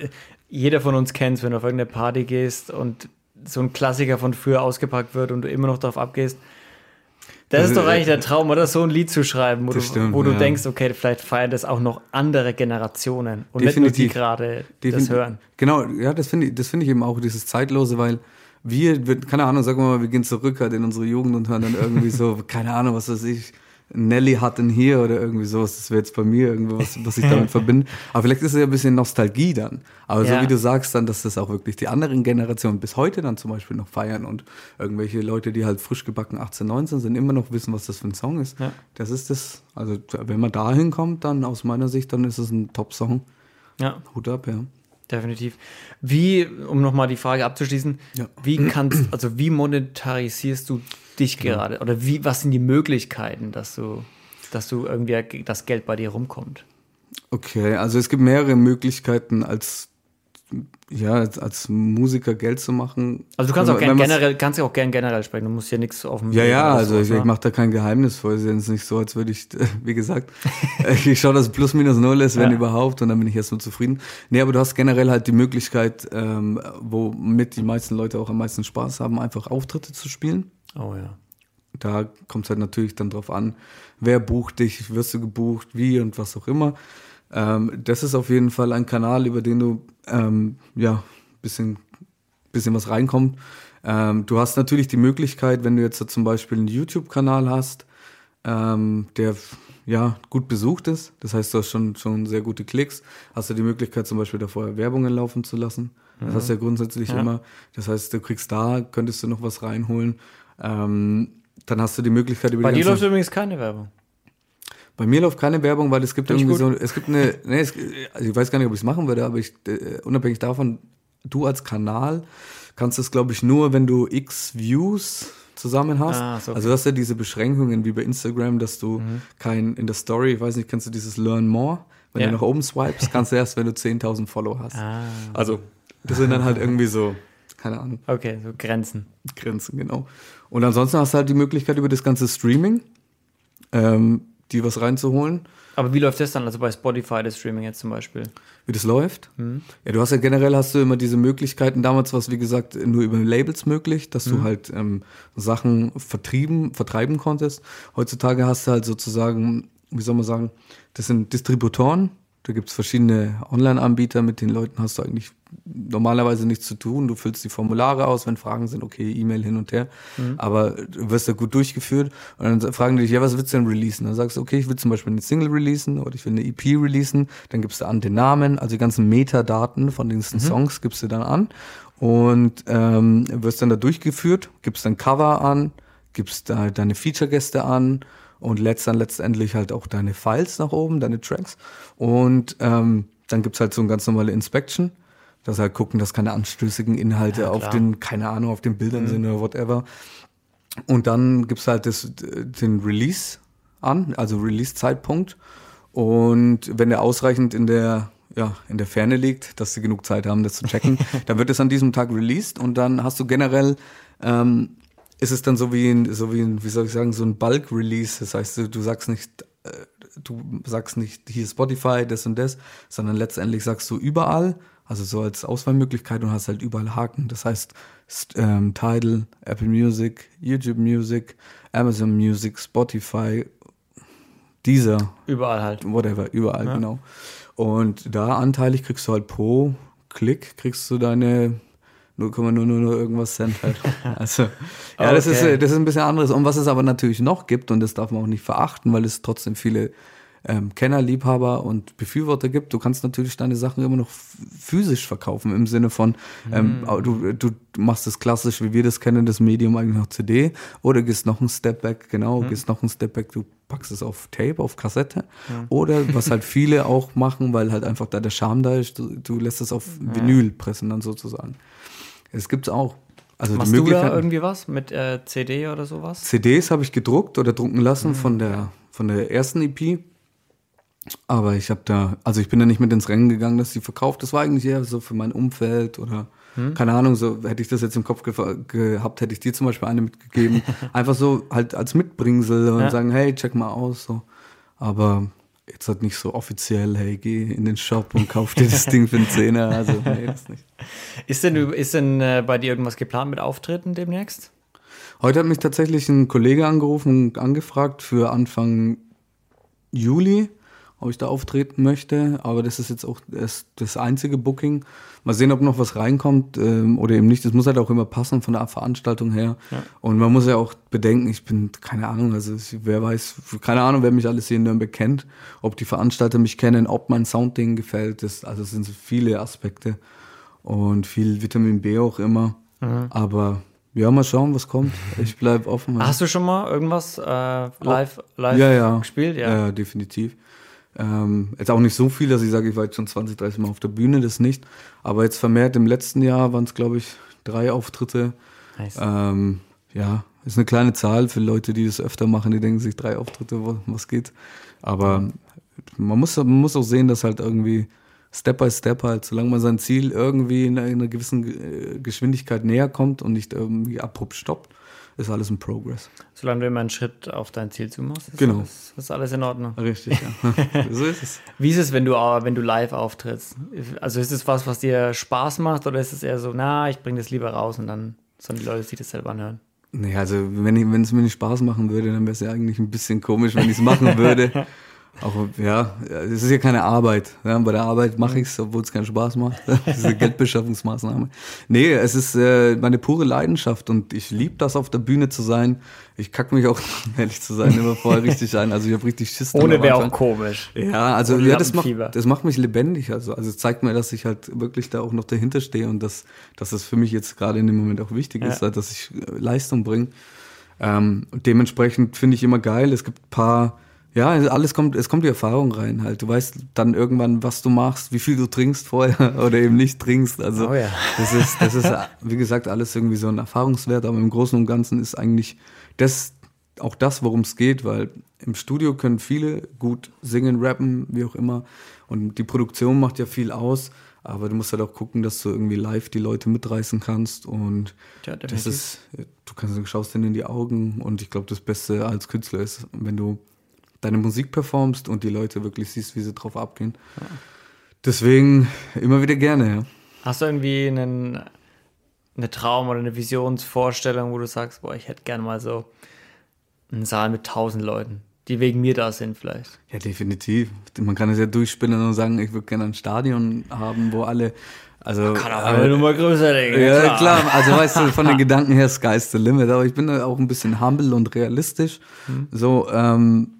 Speaker 2: jeder von uns kennt, wenn du auf irgendeine Party gehst und so ein Klassiker von früher ausgepackt wird und du immer noch darauf abgehst. Das, das ist doch eigentlich der Traum, oder? So ein Lied zu schreiben, wo, du, stimmt, wo du ja. denkst, okay, vielleicht feiern das auch noch andere Generationen und definitiv, nicht nur die gerade das hören.
Speaker 3: Genau, ja, das finde ich, das finde ich eben auch, dieses Zeitlose, weil wir, wir, keine Ahnung, sagen wir mal, wir gehen zurück halt in unsere Jugend und hören dann irgendwie so, keine Ahnung, was weiß ich, Nelly hat denn hier oder irgendwie sowas, das wäre jetzt bei mir irgendwas, was ich damit verbinde. Aber vielleicht ist es ja ein bisschen Nostalgie dann. Aber ja. so wie du sagst dann, dass das auch wirklich die anderen Generationen bis heute dann zum Beispiel noch feiern und irgendwelche Leute, die halt frisch gebacken achtzehn, neunzehn sind, immer noch wissen, was das für ein Song ist. Ja. Das ist das, also wenn man da hinkommt, dann aus meiner Sicht, dann ist es ein Top-Song.
Speaker 2: Ja.
Speaker 3: Hut ab, ja.
Speaker 2: Definitiv. Wie, um nochmal die Frage abzuschließen, ja. wie kannst, also wie monetarisierst du dich gerade? Ja. Oder wie, was sind die Möglichkeiten, dass du, dass du irgendwie das Geld bei dir rumkommt?
Speaker 3: Okay, also es gibt mehrere Möglichkeiten als ja, als, als Musiker Geld zu machen.
Speaker 2: Also du kannst auch gern generell, kannst ja auch gern generell sprechen, du musst hier nichts auf dem
Speaker 3: Ja, ja, also so, ich, ich mache da kein Geheimnis vor, es ist jetzt nicht so, als würde ich, wie gesagt, ich schaue, dass es plus minus null ist, wenn ja. überhaupt, und dann bin ich erst nur zufrieden. Nee, aber du hast generell halt die Möglichkeit, ähm, womit die meisten Leute auch am meisten Spaß haben, einfach Auftritte zu spielen.
Speaker 2: Oh ja.
Speaker 3: Da kommt es halt natürlich dann drauf an, wer bucht dich, wirst du gebucht, wie und was auch immer. Ähm, das ist auf jeden Fall ein Kanal, über den du ähm, ja bisschen bisschen was reinkommt. Ähm, du hast natürlich die Möglichkeit, wenn du jetzt zum Beispiel einen YouTube-Kanal hast, ähm, der ja gut besucht ist, das heißt, du hast schon schon sehr gute Klicks, hast du die Möglichkeit, zum Beispiel da vorher Werbungen laufen zu lassen. Das mhm. hast du ja grundsätzlich ja. immer. Das heißt, du kriegst da, könntest du noch was reinholen. Ähm, dann hast du die Möglichkeit über
Speaker 2: Bei
Speaker 3: die
Speaker 2: dir läuft übrigens keine Werbung.
Speaker 3: Bei mir läuft keine Werbung, weil es gibt
Speaker 2: Find
Speaker 3: irgendwie so, es gibt eine, nee, es, also ich weiß gar nicht, ob ich es machen würde, aber ich, äh, unabhängig davon, du als Kanal kannst es, glaube ich, nur, wenn du x Views zusammen hast. Ah, so. Also du hast ja diese Beschränkungen wie bei Instagram, dass du mhm. kein, in der Story, ich weiß nicht, kennst du dieses Learn More? Wenn ja. du nach oben swipes, kannst du erst, wenn du zehntausend Follower hast. Ah. Also das sind dann halt irgendwie so, keine Ahnung.
Speaker 2: Okay, so Grenzen.
Speaker 3: Grenzen, genau. Und ansonsten hast du halt die Möglichkeit über das ganze Streaming, ähm, die was reinzuholen.
Speaker 2: Aber wie läuft das dann, also bei Spotify, das Streaming jetzt zum Beispiel?
Speaker 3: Wie das läuft? Mhm. Ja, du hast ja generell hast du immer diese Möglichkeiten. Damals war es, wie gesagt, nur über Labels möglich, dass mhm. du halt ähm, Sachen vertrieben, vertreiben konntest. Heutzutage hast du halt sozusagen, wie soll man sagen, das sind Distributoren. Da gibt es verschiedene Online-Anbieter, mit den Leuten hast du eigentlich normalerweise nichts zu tun. Du füllst die Formulare aus, wenn Fragen sind, okay, E-Mail hin und her. Mhm. Aber du wirst da gut durchgeführt. Und dann fragen die dich, ja, was willst du denn releasen? Dann sagst du, okay, ich will zum Beispiel eine Single releasen oder ich will eine E P releasen. Dann gibst du an den Namen, also die ganzen Metadaten von den mhm. Songs gibst du dann an. Und ähm, wirst dann da durchgeführt, gibst dann Cover an, gibst da deine Feature-Gäste an und lädst dann letztendlich halt auch deine Files nach oben, deine Tracks. Und ähm, dann gibt's halt so eine ganz normale Inspection, dass halt gucken, dass keine anstößigen Inhalte ja, auf den, keine Ahnung, auf den Bildern mhm. sind oder whatever. Und dann gibt's halt das, den Release an, also Release-Zeitpunkt. Und wenn der ausreichend in der, ja, in der Ferne liegt, dass sie genug Zeit haben, das zu checken, dann wird es an diesem Tag released und dann hast du generell ähm, ist es dann so wie ein, so wie ein, wie soll ich sagen, so ein Bulk-Release. Das heißt, du, du sagst nicht, äh, du sagst nicht, hier Spotify, das und das, sondern letztendlich sagst du überall, also so als Auswahlmöglichkeit und hast halt überall Haken. Das heißt, ähm, Tidal, Apple Music, YouTube Music, Amazon Music, Spotify, Deezer.
Speaker 2: Überall halt.
Speaker 3: Whatever, überall, ja. Genau. Und da anteilig kriegst du halt pro Klick, kriegst du deine null Komma null null irgendwas Cent halt. Also, ja, okay. das ist, das ist ein bisschen anderes. Und was es aber natürlich noch gibt, und das darf man auch nicht verachten, weil es trotzdem viele ähm, Kenner, Liebhaber und Befürworter gibt, du kannst natürlich deine Sachen immer noch physisch verkaufen, im Sinne von, ähm, mm. du, du machst das klassisch, wie wir das kennen, das Medium eigentlich noch C D, oder gehst noch einen Step back, genau, mm. gehst noch einen Step back, du packst es auf Tape, auf Kassette, ja. Oder was halt viele auch machen, weil halt einfach da der Charme da ist, du, du lässt es auf Vinyl ja. pressen dann sozusagen. Das gibt's auch. Also
Speaker 2: machst du da irgendwie was mit äh, C D oder sowas?
Speaker 3: C Ds habe ich gedruckt oder drucken lassen mhm. von der von der ersten E P. Aber ich habe da, also ich bin da nicht mit ins Rennen gegangen, dass die verkauft. Das war eigentlich eher so für mein Umfeld oder hm? keine Ahnung, so hätte ich das jetzt im Kopf ge- gehabt, hätte ich dir zum Beispiel eine mitgegeben. Einfach so halt als Mitbringsel und ja. sagen, hey, check mal aus. So. Aber jetzt halt nicht so offiziell, hey, geh in den Shop und kauf dir das Ding für einen Zehner. Also, nee, das nicht.
Speaker 2: Ist denn, ist denn äh, bei dir irgendwas geplant mit Auftritten demnächst?
Speaker 3: Heute hat mich tatsächlich ein Kollege angerufen und angefragt für Anfang Juli, ob ich da auftreten möchte. Aber das ist jetzt auch das, das einzige Booking. Mal sehen, ob noch was reinkommt ähm, oder eben nicht. Das muss halt auch immer passen von der Veranstaltung her. Ja. Und man muss ja auch bedenken, ich bin, keine Ahnung, also wer weiß, keine Ahnung, wer mich alles hier in Nürnberg kennt, ob die Veranstalter mich kennen, ob mein Soundding gefällt. Das, also es sind so viele Aspekte und viel Vitamin B auch immer. Mhm. Aber ja, mal schauen, was kommt. Ich bleib offen.
Speaker 2: Hast du schon mal irgendwas äh, live, live
Speaker 3: ja, ja.
Speaker 2: gespielt?
Speaker 3: Ja, ja, definitiv. Ähm, jetzt auch nicht so viel, dass ich sage, ich war jetzt schon zwanzig, dreißig Mal auf der Bühne, das nicht. Aber jetzt vermehrt im letzten Jahr waren es, glaube ich, drei Auftritte. Nice. Ähm, ja, ist eine kleine Zahl für Leute, die das öfter machen, die denken sich, drei Auftritte, was geht. Aber man muss, man muss auch sehen, dass halt irgendwie Step by Step halt, solange man sein Ziel irgendwie in einer gewissen Geschwindigkeit näher kommt und nicht irgendwie abrupt stoppt, ist alles ein Progress.
Speaker 2: Solange du immer einen Schritt auf dein Ziel zumachst, ist,
Speaker 3: genau.
Speaker 2: alles, ist alles in Ordnung.
Speaker 3: Richtig, ja. So ist es.
Speaker 2: Wie ist es, wenn du, wenn du live auftrittst? Also ist es was, was dir Spaß macht oder ist es eher so, na, ich bringe das lieber raus und dann sollen die Leute sich das selber anhören?
Speaker 3: Nee, also wenn, ich, wenn es mir nicht Spaß machen würde, dann wäre es ja eigentlich ein bisschen komisch, wenn ich es machen würde. Auch, ja, es ist ja keine Arbeit. Ja, bei der Arbeit mache ich es, obwohl es keinen Spaß macht. Das ist eine Geldbeschaffungsmaßnahme. Nee, es ist äh, meine pure Leidenschaft und ich liebe das, auf der Bühne zu sein. Ich kacke mich auch, ehrlich zu sein, immer vorher richtig ein. Also ich habe richtig Schiss.
Speaker 2: Ohne wäre auch komisch.
Speaker 3: Ja, also ja, das, macht, das macht mich lebendig. Also, also es zeigt mir, dass ich halt wirklich da auch noch dahinter stehe und dass, dass das für mich jetzt gerade in dem Moment auch wichtig ist, ja. halt, dass ich Leistung bringe. Ähm, und dementsprechend finde ich immer geil. Es gibt ein paar... Ja, alles kommt, es kommt die Erfahrung rein halt. Du weißt dann irgendwann, was du machst, wie viel du trinkst vorher oder eben nicht trinkst. Also
Speaker 2: oh ja.
Speaker 3: das ist, das ist, wie gesagt, alles irgendwie so ein Erfahrungswert, aber im Großen und Ganzen ist eigentlich das auch das, worum es geht, weil im Studio können viele gut singen, rappen, wie auch immer. Und die Produktion macht ja viel aus, aber du musst halt auch gucken, dass du irgendwie live die Leute mitreißen kannst. Und ja, das ist, du kannst, du schaust denen in die Augen und ich glaube, das Beste als Künstler ist, wenn du deine Musik performst und die Leute wirklich siehst, wie sie drauf abgehen. Ja. Deswegen immer wieder gerne, ja.
Speaker 2: Hast du irgendwie einen, eine Traum- oder eine Visionsvorstellung, wo du sagst, boah, ich hätte gerne mal so einen Saal mit tausend Leuten, die wegen mir da sind vielleicht?
Speaker 3: Ja, definitiv. Man kann es ja durchspinnen und sagen, ich würde gerne ein Stadion haben, wo alle... Also,
Speaker 2: man kann auch eine Nummer größer denken.
Speaker 3: Ja, klar. klar. Also weißt du, von den Gedanken her, sky's the limit. Aber ich bin da auch ein bisschen humble und realistisch. Hm. So, ähm,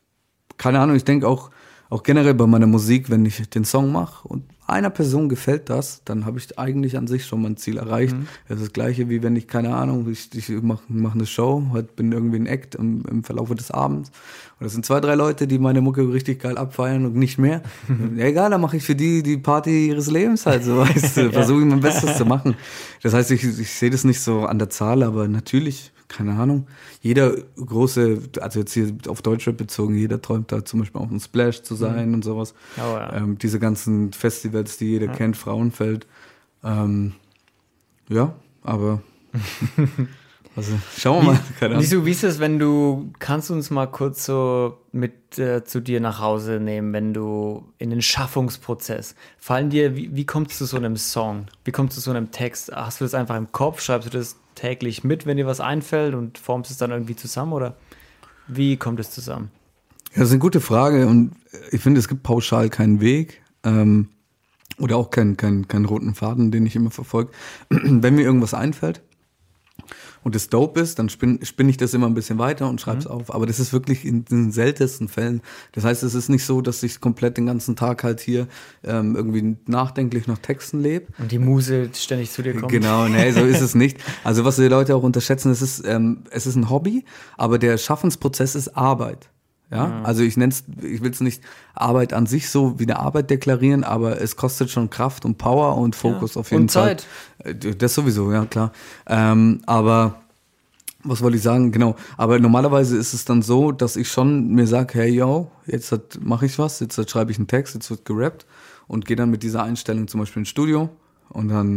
Speaker 3: keine Ahnung, ich denke auch, auch generell bei meiner Musik, wenn ich den Song mache und einer Person gefällt das, dann habe ich eigentlich an sich schon mein Ziel erreicht. Mhm. Das ist das Gleiche, wie wenn ich, keine Ahnung, ich, ich mache mach eine Show, heute bin irgendwie ein Act im, im Verlauf des Abends und das sind zwei, drei Leute, die meine Mucke richtig geil abfeiern und nicht mehr. Mhm. Ja, egal, dann mache ich für die die Party ihres Lebens halt, so weißt du, ja. Versuche ich mein Bestes zu machen. Das heißt, ich, ich sehe das nicht so an der Zahl, aber natürlich, keine Ahnung, jeder große, also jetzt hier auf Deutschrap bezogen, jeder träumt da zum Beispiel auch ein Splash zu sein mhm. und sowas.
Speaker 2: Oh, ja.
Speaker 3: ähm, diese ganzen Festivals, die jeder ja. kennt, Frauenfeld. Ähm, ja, aber also schauen wir mal.
Speaker 2: Keine Ahnung. Wieso, wie ist es, wenn du, kannst du uns mal kurz so mit äh, zu dir nach Hause nehmen, wenn du in den Schaffungsprozess, fallen dir, wie, wie kommst du zu so einem Song? Wie kommst du zu so einem Text? Hast du das einfach im Kopf? Schreibst du das täglich mit, wenn dir was einfällt und formst es dann irgendwie zusammen oder wie kommt es zusammen?
Speaker 3: Ja, das ist eine gute Frage und ich finde, es gibt pauschal keinen Weg ähm, oder auch keinen kein, kein roten Faden, den ich immer verfolge. Wenn mir irgendwas einfällt und es dope ist, dann spinne spinn ich das immer ein bisschen weiter und schreibe es mhm. auf. Aber das ist wirklich in den seltensten Fällen. Das heißt, es ist nicht so, dass ich komplett den ganzen Tag halt hier ähm, irgendwie nachdenklich nach Texten lebe.
Speaker 2: Und die Muse ständig zu dir kommt.
Speaker 3: Genau, nee, so ist es nicht. Also was die Leute auch unterschätzen, es ist, ähm, es ist ein Hobby, aber der Schaffensprozess ist Arbeit. Ja, mhm. also ich nenn's, ich will es nicht Arbeit an sich so wie eine Arbeit deklarieren, aber es kostet schon Kraft und Power und Fokus ja. auf jeden
Speaker 2: und
Speaker 3: Fall.
Speaker 2: Und
Speaker 3: Zeit. Das sowieso, ja klar. Ähm, aber was wollte ich sagen? Genau. Aber normalerweise ist es dann so, dass ich schon mir sage, hey yo, jetzt mache ich was, jetzt schreibe ich einen Text, jetzt wird gerappt und gehe dann mit dieser Einstellung zum Beispiel ins Studio und dann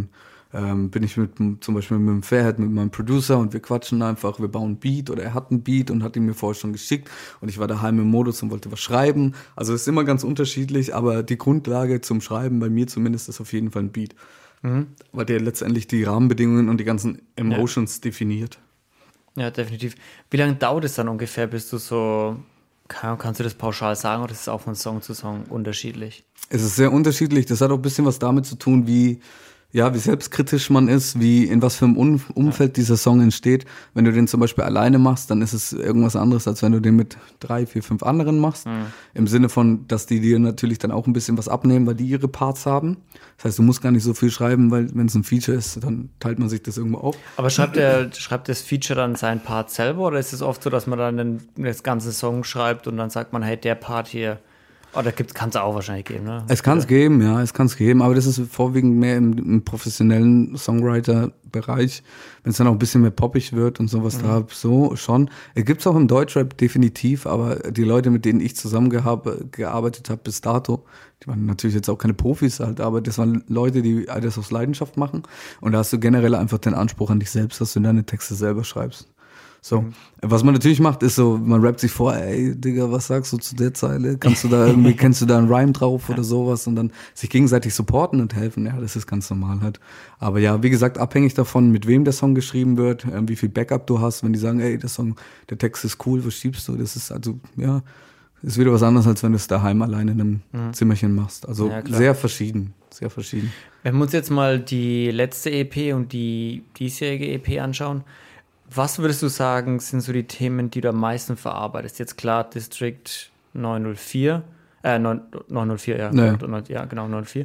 Speaker 3: ähm, bin ich mit zum Beispiel mit dem Fairhead, mit meinem Producer und wir quatschen einfach, wir bauen einen Beat oder er hat einen Beat und hat ihn mir vorher schon geschickt und ich war daheim im Modus und wollte was schreiben. Also es ist immer ganz unterschiedlich, aber die Grundlage zum Schreiben, bei mir zumindest, ist auf jeden Fall ein Beat. Mhm. Weil der letztendlich die Rahmenbedingungen und die ganzen Emotions ja. definiert.
Speaker 2: Ja, definitiv. Wie lange dauert es dann ungefähr, bis du so... Kannst du das pauschal sagen oder ist es auch von Song zu Song unterschiedlich?
Speaker 3: Es ist sehr unterschiedlich. Das hat auch ein bisschen was damit zu tun, wie, ja, wie selbstkritisch man ist, wie in was für einem um- Umfeld dieser Song entsteht. Wenn du den zum Beispiel alleine machst, dann ist es irgendwas anderes, als wenn du den mit drei, vier, fünf anderen machst. Mhm. Im Sinne von, dass die dir natürlich dann auch ein bisschen was abnehmen, weil die ihre Parts haben. Das heißt, du musst gar nicht so viel schreiben, weil wenn es ein Feature ist, dann teilt man sich das irgendwo auf.
Speaker 2: Aber schreibt der schreibt das Feature dann seinen Part selber oder ist es oft so, dass man dann den, das ganze Song schreibt und dann sagt man, hey, der Part hier, oh, da kann es auch wahrscheinlich geben, ne?
Speaker 3: Es kann es geben, ja, es kann es geben, aber das ist vorwiegend mehr im, im professionellen Songwriter-Bereich, wenn es dann auch ein bisschen mehr poppig wird und sowas mhm. da, so schon. Es gibt es auch im Deutschrap definitiv, aber die Leute, mit denen ich zusammengearbeitet habe bis dato, die waren natürlich jetzt auch keine Profis halt, aber das waren Leute, die das aus Leidenschaft machen und da hast du generell einfach den Anspruch an dich selbst, dass du deine Texte selber schreibst. So, mhm. was man natürlich macht, ist so, man rappt sich vor, ey, Digga, was sagst du zu der Zeile? Kannst du da irgendwie, kennst du da einen Rhyme drauf oder sowas? Und dann sich gegenseitig supporten und helfen, ja, das ist ganz normal halt. Aber ja, wie gesagt, abhängig davon, mit wem der Song geschrieben wird, äh, wie viel Backup du hast, wenn die sagen, ey, der Song, der Text ist cool, was schiebst du? Das ist also, ja, ist wieder was anderes, als wenn du es daheim alleine in einem mhm. Zimmerchen machst. Also ja, sehr verschieden, sehr verschieden.
Speaker 2: Wenn wir uns jetzt mal die letzte E P und die diesjährige E P anschauen, was würdest du sagen, sind so die Themen, die du am meisten verarbeitest? Jetzt klar, District neun null vier, äh, neun null vier, ja, nee. ja, genau, neun null vier.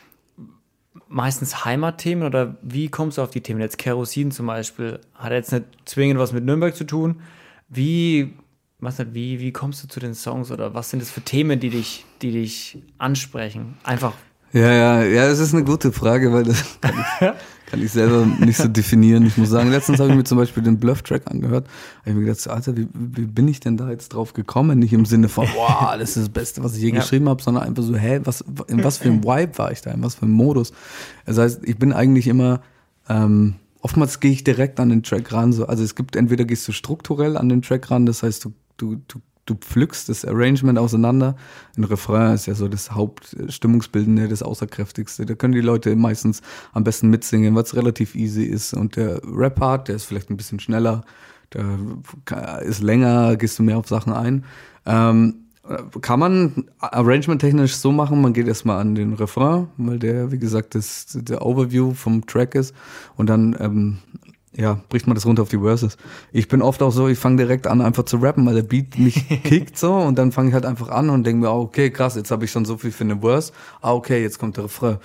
Speaker 2: Meistens Heimatthemen oder wie kommst du auf die Themen? Jetzt Kerosin zum Beispiel, hat jetzt nicht zwingend was mit Nürnberg zu tun. Wie, was nicht, wie, wie kommst du zu den Songs oder was sind das für Themen, die dich, die dich ansprechen? Einfach.
Speaker 3: Ja, ja, ja, es ist eine gute Frage, weil das kann ich, kann ich selber nicht so definieren. Ich muss sagen, letztens habe ich mir zum Beispiel den Bluff-Track angehört. Da habe ich mir gedacht, Alter, wie, wie bin ich denn da jetzt drauf gekommen? Nicht im Sinne von, wow, das ist das Beste, was ich je ja. geschrieben habe, sondern einfach so, hä, was, in was für einem Vibe war ich da, in was für einem Modus? Das heißt, ich bin eigentlich immer, ähm, oftmals gehe ich direkt an den Track ran. So, also es gibt, entweder gehst du strukturell an den Track ran, das heißt, du, du, du Du pflückst das Arrangement auseinander. Ein Refrain ist ja so das Hauptstimmungsbildende, das Außerkräftigste. Da können die Leute meistens am besten mitsingen, weil es relativ easy ist. Und der Rap-Part, der ist vielleicht ein bisschen schneller, der ist länger, gehst du mehr auf Sachen ein. Ähm, kann man arrangementtechnisch so machen, man geht erstmal an den Refrain, weil der, wie gesagt, das, der Overview vom Track ist. Und dann ähm, ja, bricht man das runter auf die Verses. Ich bin oft auch so, ich fange direkt an, einfach zu rappen, weil der Beat mich kickt so und dann fange ich halt einfach an und denke mir, oh, okay, krass, jetzt habe ich schon so viel für eine Verse. Ah, okay, jetzt kommt der Refrain.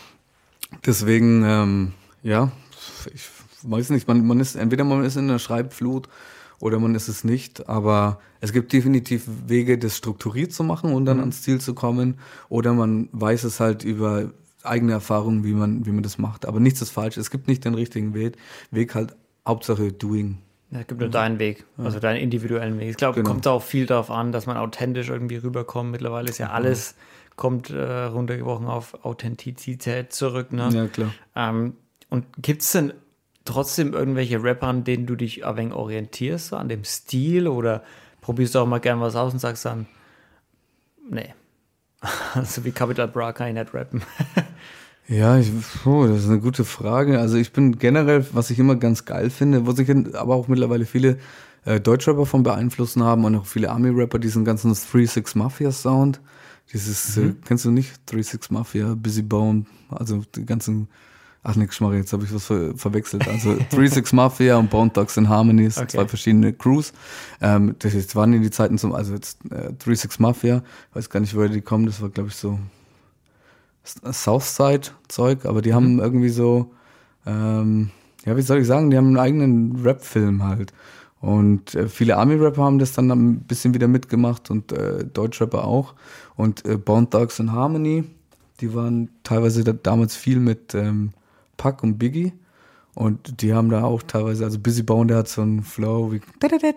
Speaker 3: Deswegen, ähm, ja, ich weiß nicht, man, man ist, entweder man ist in einer Schreibflut oder man ist es nicht, aber es gibt definitiv Wege, das strukturiert zu machen und dann mhm. ans Ziel zu kommen, oder man weiß es halt über eigene Erfahrungen, wie man, wie man das macht. Aber nichts ist falsch. Es gibt nicht den richtigen Weg. Weg halt, Hauptsache Doing.
Speaker 2: Ja, es gibt nur deinen Weg, also deinen individuellen Weg. Ich glaube, genau. kommt da auch viel darauf an, dass man authentisch irgendwie rüberkommt. Mittlerweile ist ja alles, kommt äh, runtergebrochen auf Authentizität zurück. Ne?
Speaker 3: Ja, klar.
Speaker 2: Ähm, und gibt es denn trotzdem irgendwelche Rapper, an denen du dich ein wenig orientierst, so an dem Stil, oder probierst du auch mal gern was aus und sagst dann, nee, so wie Capital Bra kann ich nicht rappen.
Speaker 3: Ja, ich, oh, das ist eine gute Frage. Also ich bin generell, was ich immer ganz geil finde, wo sich aber auch mittlerweile viele äh, Deutschrapper von beeinflussen haben und auch viele Army-Rapper, diesen ganzen three six Mafia Sound. Dieses, mhm. äh, kennst du nicht? three six Mafia, Busy Bone, also die ganzen, ach nix, Schmarri, jetzt habe ich was ver- verwechselt. Also three six Mafia und Bone Thugs and Harmony, okay. Zwei verschiedene Crews. Ähm, das jetzt waren in die Zeiten zum, also jetzt äh, three six Mafia, weiß gar nicht, woher die kommen, das war glaube ich so Southside-Zeug, aber die mhm. haben irgendwie so, ähm, ja, wie soll ich sagen, die haben einen eigenen Rap-Film halt. Und äh, viele Army-Rapper haben das dann ein bisschen wieder mitgemacht und äh, Deutschrapper auch. Und äh, Bone Thugs and Harmony, die waren teilweise da, damals viel mit ähm, Pac und Biggie. Und die haben da auch teilweise, also Busy Bone, der hat so einen Flow wie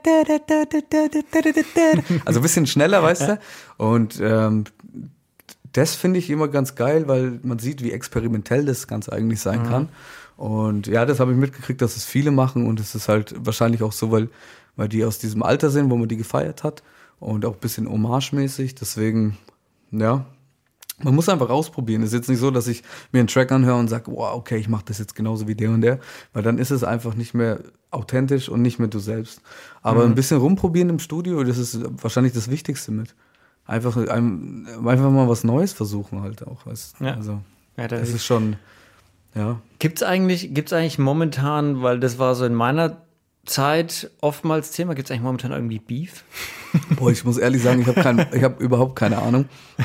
Speaker 3: also ein bisschen schneller, weißt du? Und ähm, das finde ich immer ganz geil, weil man sieht, wie experimentell das Ganze eigentlich sein mhm. kann. Und ja, das habe ich mitgekriegt, dass es viele machen und es ist halt wahrscheinlich auch so, weil, weil die aus diesem Alter sind, wo man die gefeiert hat und auch ein bisschen hommage-mäßig. Deswegen, ja, man muss einfach ausprobieren. Es ist jetzt nicht so, dass ich mir einen Track anhöre und sage, wow, okay, ich mache das jetzt genauso wie der und der, weil dann ist es einfach nicht mehr authentisch und nicht mehr du selbst. Aber mhm. ein bisschen rumprobieren im Studio, das ist wahrscheinlich das Wichtigste mit. Einfach, ein, einfach mal was Neues versuchen halt auch. Weißt?
Speaker 2: Ja.
Speaker 3: Also,
Speaker 2: ja, das,
Speaker 3: das ist schon... Ja.
Speaker 2: Gibt's eigentlich, gibt's eigentlich momentan, weil das war so in meiner Zeit oftmals Thema, gibt's eigentlich momentan irgendwie Beef?
Speaker 3: Boah, ich muss ehrlich sagen, ich habe kein, ich habe überhaupt keine Ahnung.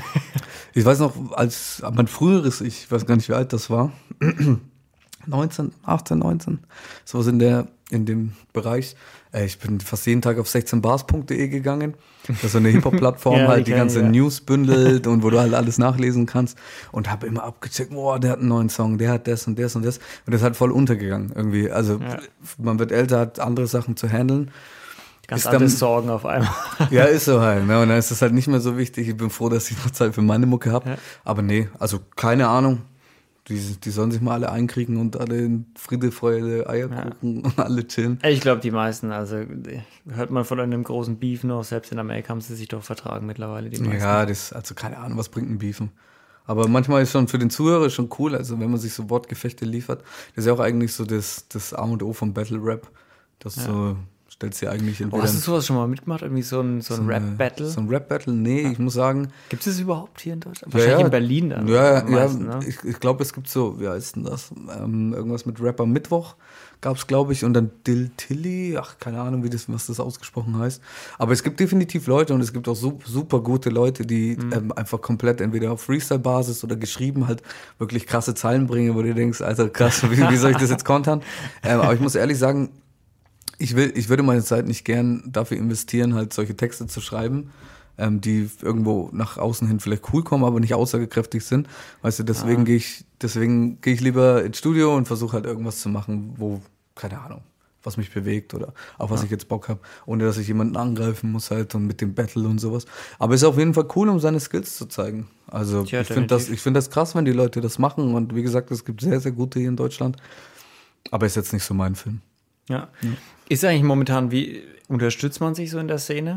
Speaker 3: Ich weiß noch, als mein früheres, ich weiß gar nicht, wie alt das war, neunzehn, achtzehn, neunzehn, sowas in der, in dem Bereich. Ich bin fast jeden Tag auf sechzehn bars punkt de gegangen. Das ist so eine Hip-Hop-Plattform, ja, halt die, die ganze ja. News bündelt und wo du halt alles nachlesen kannst. Und habe immer abgecheckt, boah, der hat einen neuen Song, der hat das und das und das. Und das ist halt voll untergegangen irgendwie. Also ja. man wird älter, hat andere Sachen zu handeln.
Speaker 2: Ganz andere Sorgen auf einmal.
Speaker 3: Ja, ist so halt. Ne? Und dann ist es halt nicht mehr so wichtig. Ich bin froh, dass ich noch Zeit für meine Mucke habe. Ja. Aber nee, also keine Ahnung. Die, die sollen sich mal alle einkriegen und alle in Friede, Freude, Eierkuchen ja. und alle chillen.
Speaker 2: Ich glaube, die meisten, also hört man von einem großen Beef noch, selbst in Amerika haben sie sich doch vertragen mittlerweile, die meisten.
Speaker 3: Ja, das, also keine Ahnung, was bringt ein Beefen? Aber manchmal ist schon für den Zuhörer schon cool, also wenn man sich so Wortgefechte liefert, das ist ja auch eigentlich so das, das A und O vom Battle Rap, das ja. so... stellst du eigentlich entweder...
Speaker 2: Oh, hast du sowas schon mal mitgemacht? Irgendwie so ein, so ein so Rap-Battle?
Speaker 3: So ein Rap-Battle? Nee, ja. ich muss sagen...
Speaker 2: Gibt es das überhaupt hier in Deutschland?
Speaker 3: Ja,
Speaker 2: Wahrscheinlich
Speaker 3: ja.
Speaker 2: in Berlin dann.
Speaker 3: Ja,
Speaker 2: meisten,
Speaker 3: ja
Speaker 2: ne?
Speaker 3: ich, ich glaube, es gibt so, wie heißt denn das? Ähm, irgendwas mit Rapper Mittwoch gab es, glaube ich, und dann Dill Tilly, ach, keine Ahnung, wie das, was das ausgesprochen heißt. Aber es gibt definitiv Leute und es gibt auch so, super gute Leute, die mhm. ähm, einfach komplett entweder auf Freestyle-Basis oder geschrieben halt wirklich krasse Zeilen bringen, wo du denkst, Alter, krass, wie, wie soll ich das jetzt kontern? Ähm, aber ich muss ehrlich sagen, Ich, will, ich würde meine Zeit nicht gern dafür investieren, halt solche Texte zu schreiben, ähm, die irgendwo nach außen hin vielleicht cool kommen, aber nicht aussagekräftig sind. Weißt du, deswegen ah. gehe ich, deswegen gehe ich lieber ins Studio und versuche halt irgendwas zu machen, wo, keine Ahnung, was mich bewegt oder auf was ja. ich jetzt Bock habe, ohne dass ich jemanden angreifen muss halt und mit dem Battle und sowas. Aber es ist auf jeden Fall cool, um seine Skills zu zeigen. Also Tja, ich finde das, ich finde das krass, wenn die Leute das machen und wie gesagt, es gibt sehr, sehr gute hier in Deutschland. Aber ist jetzt nicht so mein Film.
Speaker 2: Ja. ja. Ist eigentlich momentan, wie unterstützt man sich so in der Szene?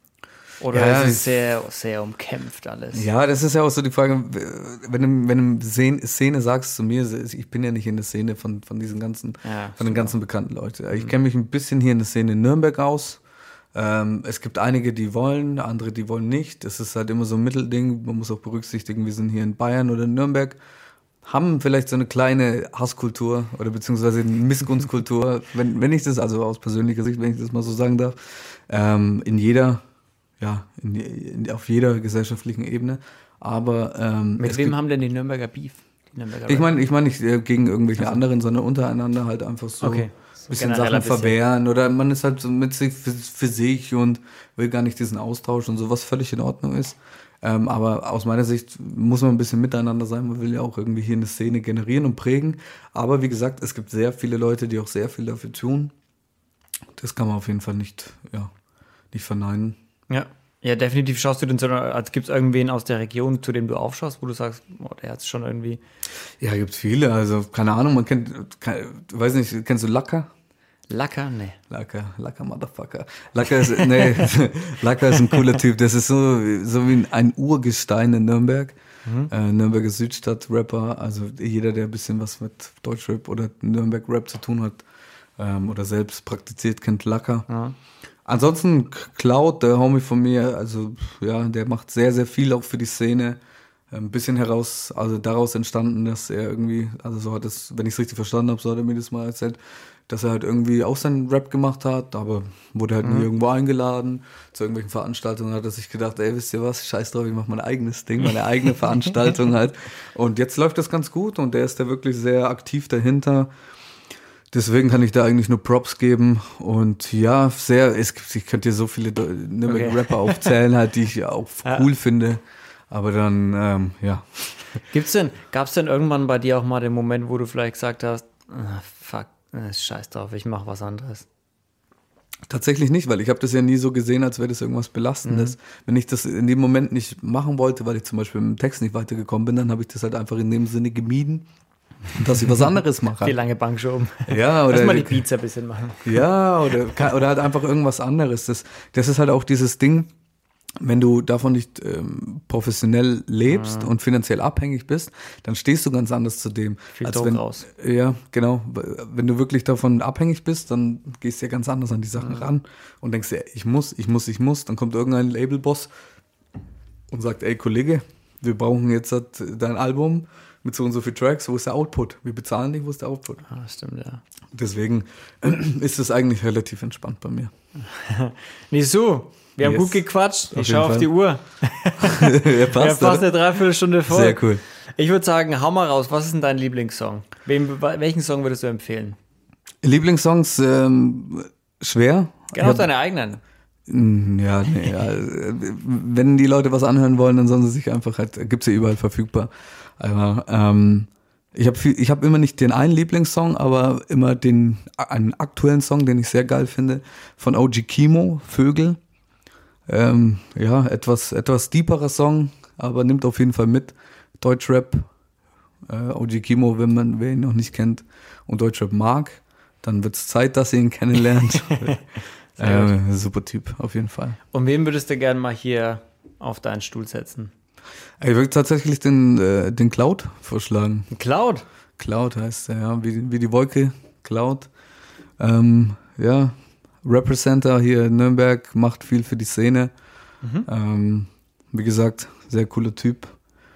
Speaker 2: Oder
Speaker 3: ja,
Speaker 2: ist es sehr, sehr umkämpft alles?
Speaker 3: Ja, das ist ja auch so die Frage, wenn du, wenn du Szene sagst zu mir, ich bin ja nicht in der Szene von, von diesen ganzen, ja, von den ganzen bekannten Leuten. Ich kenne mich ein bisschen hier in der Szene in Nürnberg aus. Ähm, es gibt einige, die wollen, andere, die wollen nicht. Das ist halt immer so ein Mittelding. Man muss auch berücksichtigen, wir sind hier in Bayern oder in Nürnberg, haben vielleicht so eine kleine Hasskultur oder beziehungsweise eine Missgunstkultur, wenn, wenn ich das, also aus persönlicher Sicht, wenn ich das mal so sagen darf, ähm, in jeder, ja, in, in, auf jeder gesellschaftlichen Ebene. Aber ähm,
Speaker 2: mit wem gibt, haben denn die Nürnberger Beef? Die Nürnberger
Speaker 3: ich meine, ich meine nicht äh, gegen irgendwelche also. anderen, sondern untereinander halt einfach so
Speaker 2: okay.
Speaker 3: ein bisschen Sachen verwehren bisschen. Oder man ist halt so mit sich für, für sich und will gar nicht diesen Austausch und so, was völlig in Ordnung ist. Ähm, aber aus meiner Sicht muss man ein bisschen miteinander sein. Man will ja auch irgendwie hier eine Szene generieren und prägen. Aber wie gesagt, es gibt sehr viele Leute, die auch sehr viel dafür tun. Das kann man auf jeden Fall nicht, ja, nicht verneinen.
Speaker 2: Ja, ja, definitiv. Schaust du denn so, als gibt es irgendwen aus der Region, zu dem du aufschaust, wo du sagst, oh, der hat es schon irgendwie...
Speaker 3: Ja, gibt es viele. Also keine Ahnung, man kennt, kann, weiß nicht, kennst du Lacker?
Speaker 2: Lacker? Nee.
Speaker 3: Lacker, Lacker, Motherfucker. Lacker ist, nee, Lacker ist ein cooler Typ. Das ist so, so wie ein Urgestein in Nürnberg. Mhm. Äh, Nürnberger Südstadt-Rapper. Also jeder, der ein bisschen was mit Deutschrap oder Nürnberg-Rap zu tun hat ähm, oder selbst praktiziert, kennt Lacker. Ja. Ansonsten Cloud, der Homie von mir, also ja, der macht sehr, sehr viel auch für die Szene. Ein bisschen heraus, also daraus entstanden, dass er irgendwie, also so hat es, wenn ich es richtig verstanden habe, so hat er mir das mal erzählt, dass er halt irgendwie auch seinen Rap gemacht hat, aber wurde halt mhm. nie irgendwo eingeladen zu irgendwelchen Veranstaltungen, hat er sich gedacht, ey, wisst ihr was, scheiß drauf, ich mach mein eigenes Ding, meine eigene Veranstaltung halt. Und jetzt läuft das ganz gut und der ist da wirklich sehr aktiv dahinter. Deswegen kann ich da eigentlich nur Props geben und ja, sehr, es gibt, ich könnte dir so viele okay. Rapper aufzählen, halt, die ich auch cool ja. finde, aber dann, ähm, ja.
Speaker 2: Gibt's denn, gab's denn irgendwann bei dir auch mal den Moment, wo du vielleicht gesagt hast, ah, fuck, scheiß drauf, ich mach was anderes?
Speaker 3: Tatsächlich nicht, weil ich habe das ja nie so gesehen, als wäre das irgendwas Belastendes. Mhm. Wenn ich das in dem Moment nicht machen wollte, weil ich zum Beispiel mit dem Text nicht weitergekommen bin, dann habe ich das halt einfach in dem Sinne gemieden, dass ich was anderes mache.
Speaker 2: Die lange Bank schon.
Speaker 3: Ja, oder
Speaker 2: lass mal die Beats ein bisschen machen.
Speaker 3: Ja, oder, oder halt einfach irgendwas anderes. Das, das ist halt auch dieses Ding, wenn du davon nicht ähm, professionell lebst mhm. und finanziell abhängig bist, dann stehst du ganz anders zu dem.
Speaker 2: Viel
Speaker 3: als
Speaker 2: Druck
Speaker 3: wenn,
Speaker 2: raus.
Speaker 3: Ja, genau. Wenn du wirklich davon abhängig bist, dann gehst du ja ganz anders an die Sachen mhm. ran und denkst dir, ich muss, ich muss, ich muss. Dann kommt irgendein Labelboss und sagt, ey Kollege, wir brauchen jetzt dein Album mit so und so viel Tracks, wo ist der Output? Wir bezahlen dich, wo ist der Output?
Speaker 2: Ah, stimmt, ja.
Speaker 3: Deswegen ist es eigentlich relativ entspannt bei mir.
Speaker 2: Nicht so. Wir yes. haben gut gequatscht. Ich schaue auf die Uhr.
Speaker 3: ja, passt,
Speaker 2: ja, fast eine Dreiviertelstunde voll.
Speaker 3: Sehr cool.
Speaker 2: Ich würde sagen, hau mal raus. Was ist denn dein Lieblingssong? Wem, welchen Song würdest du empfehlen?
Speaker 3: Lieblingssongs, ähm, schwer.
Speaker 2: Gerne auch deine eigenen.
Speaker 3: Ja, nee, ja, wenn die Leute was anhören wollen, dann sollen sie sich einfach halt, gibt's ja überall verfügbar. Aber ähm, ich habe ich habe immer nicht den einen Lieblingssong, aber immer den einen aktuellen Song, den ich sehr geil finde, von O G Kimo, Vögel. Ähm, ja, etwas etwas deeperer Song, aber nimmt auf jeden Fall mit. Deutschrap, äh, O G Kimo, wenn man wer ihn noch nicht kennt und Deutschrap mag, dann wird's Zeit, dass ihr ihn kennenlernt. äh, super Typ, auf jeden Fall.
Speaker 2: Und wen würdest du gerne mal hier auf deinen Stuhl setzen?
Speaker 3: Ich würde tatsächlich den, äh, den Cloud vorschlagen.
Speaker 2: Cloud?
Speaker 3: Cloud heißt er, ja, wie, wie die Wolke, Cloud. Ähm, ja, Representer hier in Nürnberg, macht viel für die Szene. Mhm. Ähm, wie gesagt, sehr cooler Typ.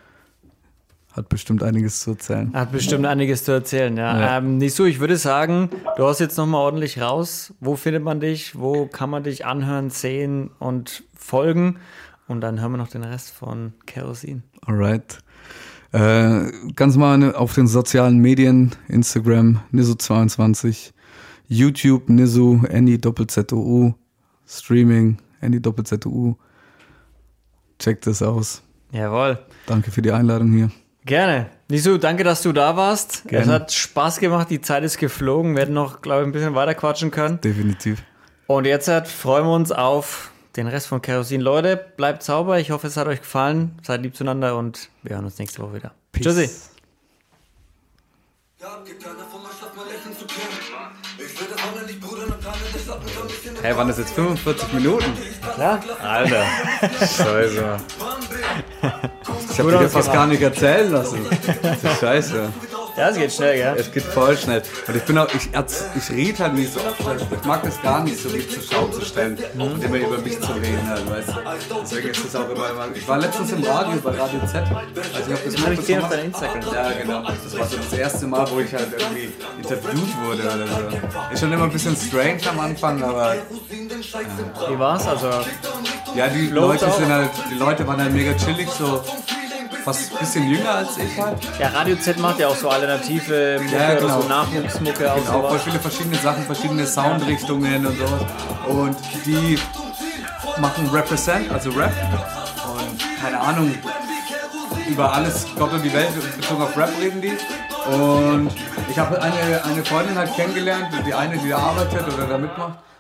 Speaker 3: Hat bestimmt einiges zu erzählen.
Speaker 2: Hat bestimmt einiges zu erzählen, ja. ja. Ähm, nicht so, ich würde sagen, du hast jetzt nochmal ordentlich raus. Wo findet man dich? Wo kann man dich anhören, sehen und folgen? Und dann hören wir noch den Rest von Kerosin.
Speaker 3: Alright. Äh, ganz mal auf den sozialen Medien, Instagram, Nizu zweiundzwanzig, YouTube, Nizu, N I Z Z O U, Streaming, N I Z Z O U. Checkt das aus.
Speaker 2: Jawohl.
Speaker 3: Danke für die Einladung hier.
Speaker 2: Gerne. Nizu, danke, dass du da warst.
Speaker 3: Gerne.
Speaker 2: Es hat Spaß gemacht, die Zeit ist geflogen. Wir hätten noch, glaube ich, ein bisschen weiter quatschen können.
Speaker 3: Definitiv.
Speaker 2: Und jetzt halt freuen wir uns auf den Rest von Kerosin. Leute, bleibt sauber. Ich hoffe, es hat euch gefallen. Seid lieb zueinander und wir hören uns nächste Woche wieder.
Speaker 3: Peace.
Speaker 2: Tschüssi.
Speaker 3: Hey, waren das jetzt fünfundvierzig Minuten?
Speaker 2: Klar.
Speaker 3: Alter. Scheiße. Ich hab dir fast gar nicht erzählen lassen. Das ist scheiße.
Speaker 2: Ja, es geht schnell, gell?
Speaker 3: Es geht voll schnell. Und ich bin auch, ich, ich rede halt nicht so oft. Ich mag das gar nicht so, mich zur Schau zu stellen mhm. und immer über mich zu reden halt, weißt du. Deswegen ist das auch immer, immer ich war letztens im Radio, bei Radio Z. Also ich hab das
Speaker 2: mal gesehen auf deinem Instagram.
Speaker 3: Ja, genau. Das war so das erste Mal, wo ich halt irgendwie interviewt wurde oder so. Ist schon immer ein bisschen strange am Anfang, aber... Ja.
Speaker 2: Wie war's? Also...
Speaker 3: Ja, die Leute sind halt, die Leute waren halt mega chillig, so... Fast ein bisschen jünger als ich halt.
Speaker 2: Ja, Radio Z macht ja auch so alternative Mucke ja, genau. oder so Nachwuchsmucke. Genau,
Speaker 3: auch voll viele verschiedene Sachen, verschiedene Soundrichtungen und sowas. Und die machen Represent, also Rap. Und keine Ahnung, über alles, Gott und die Welt, bezogen auf Rap reden die. Und ich habe eine, eine Freundin halt kennengelernt, die eine, die da arbeitet oder da mitmacht.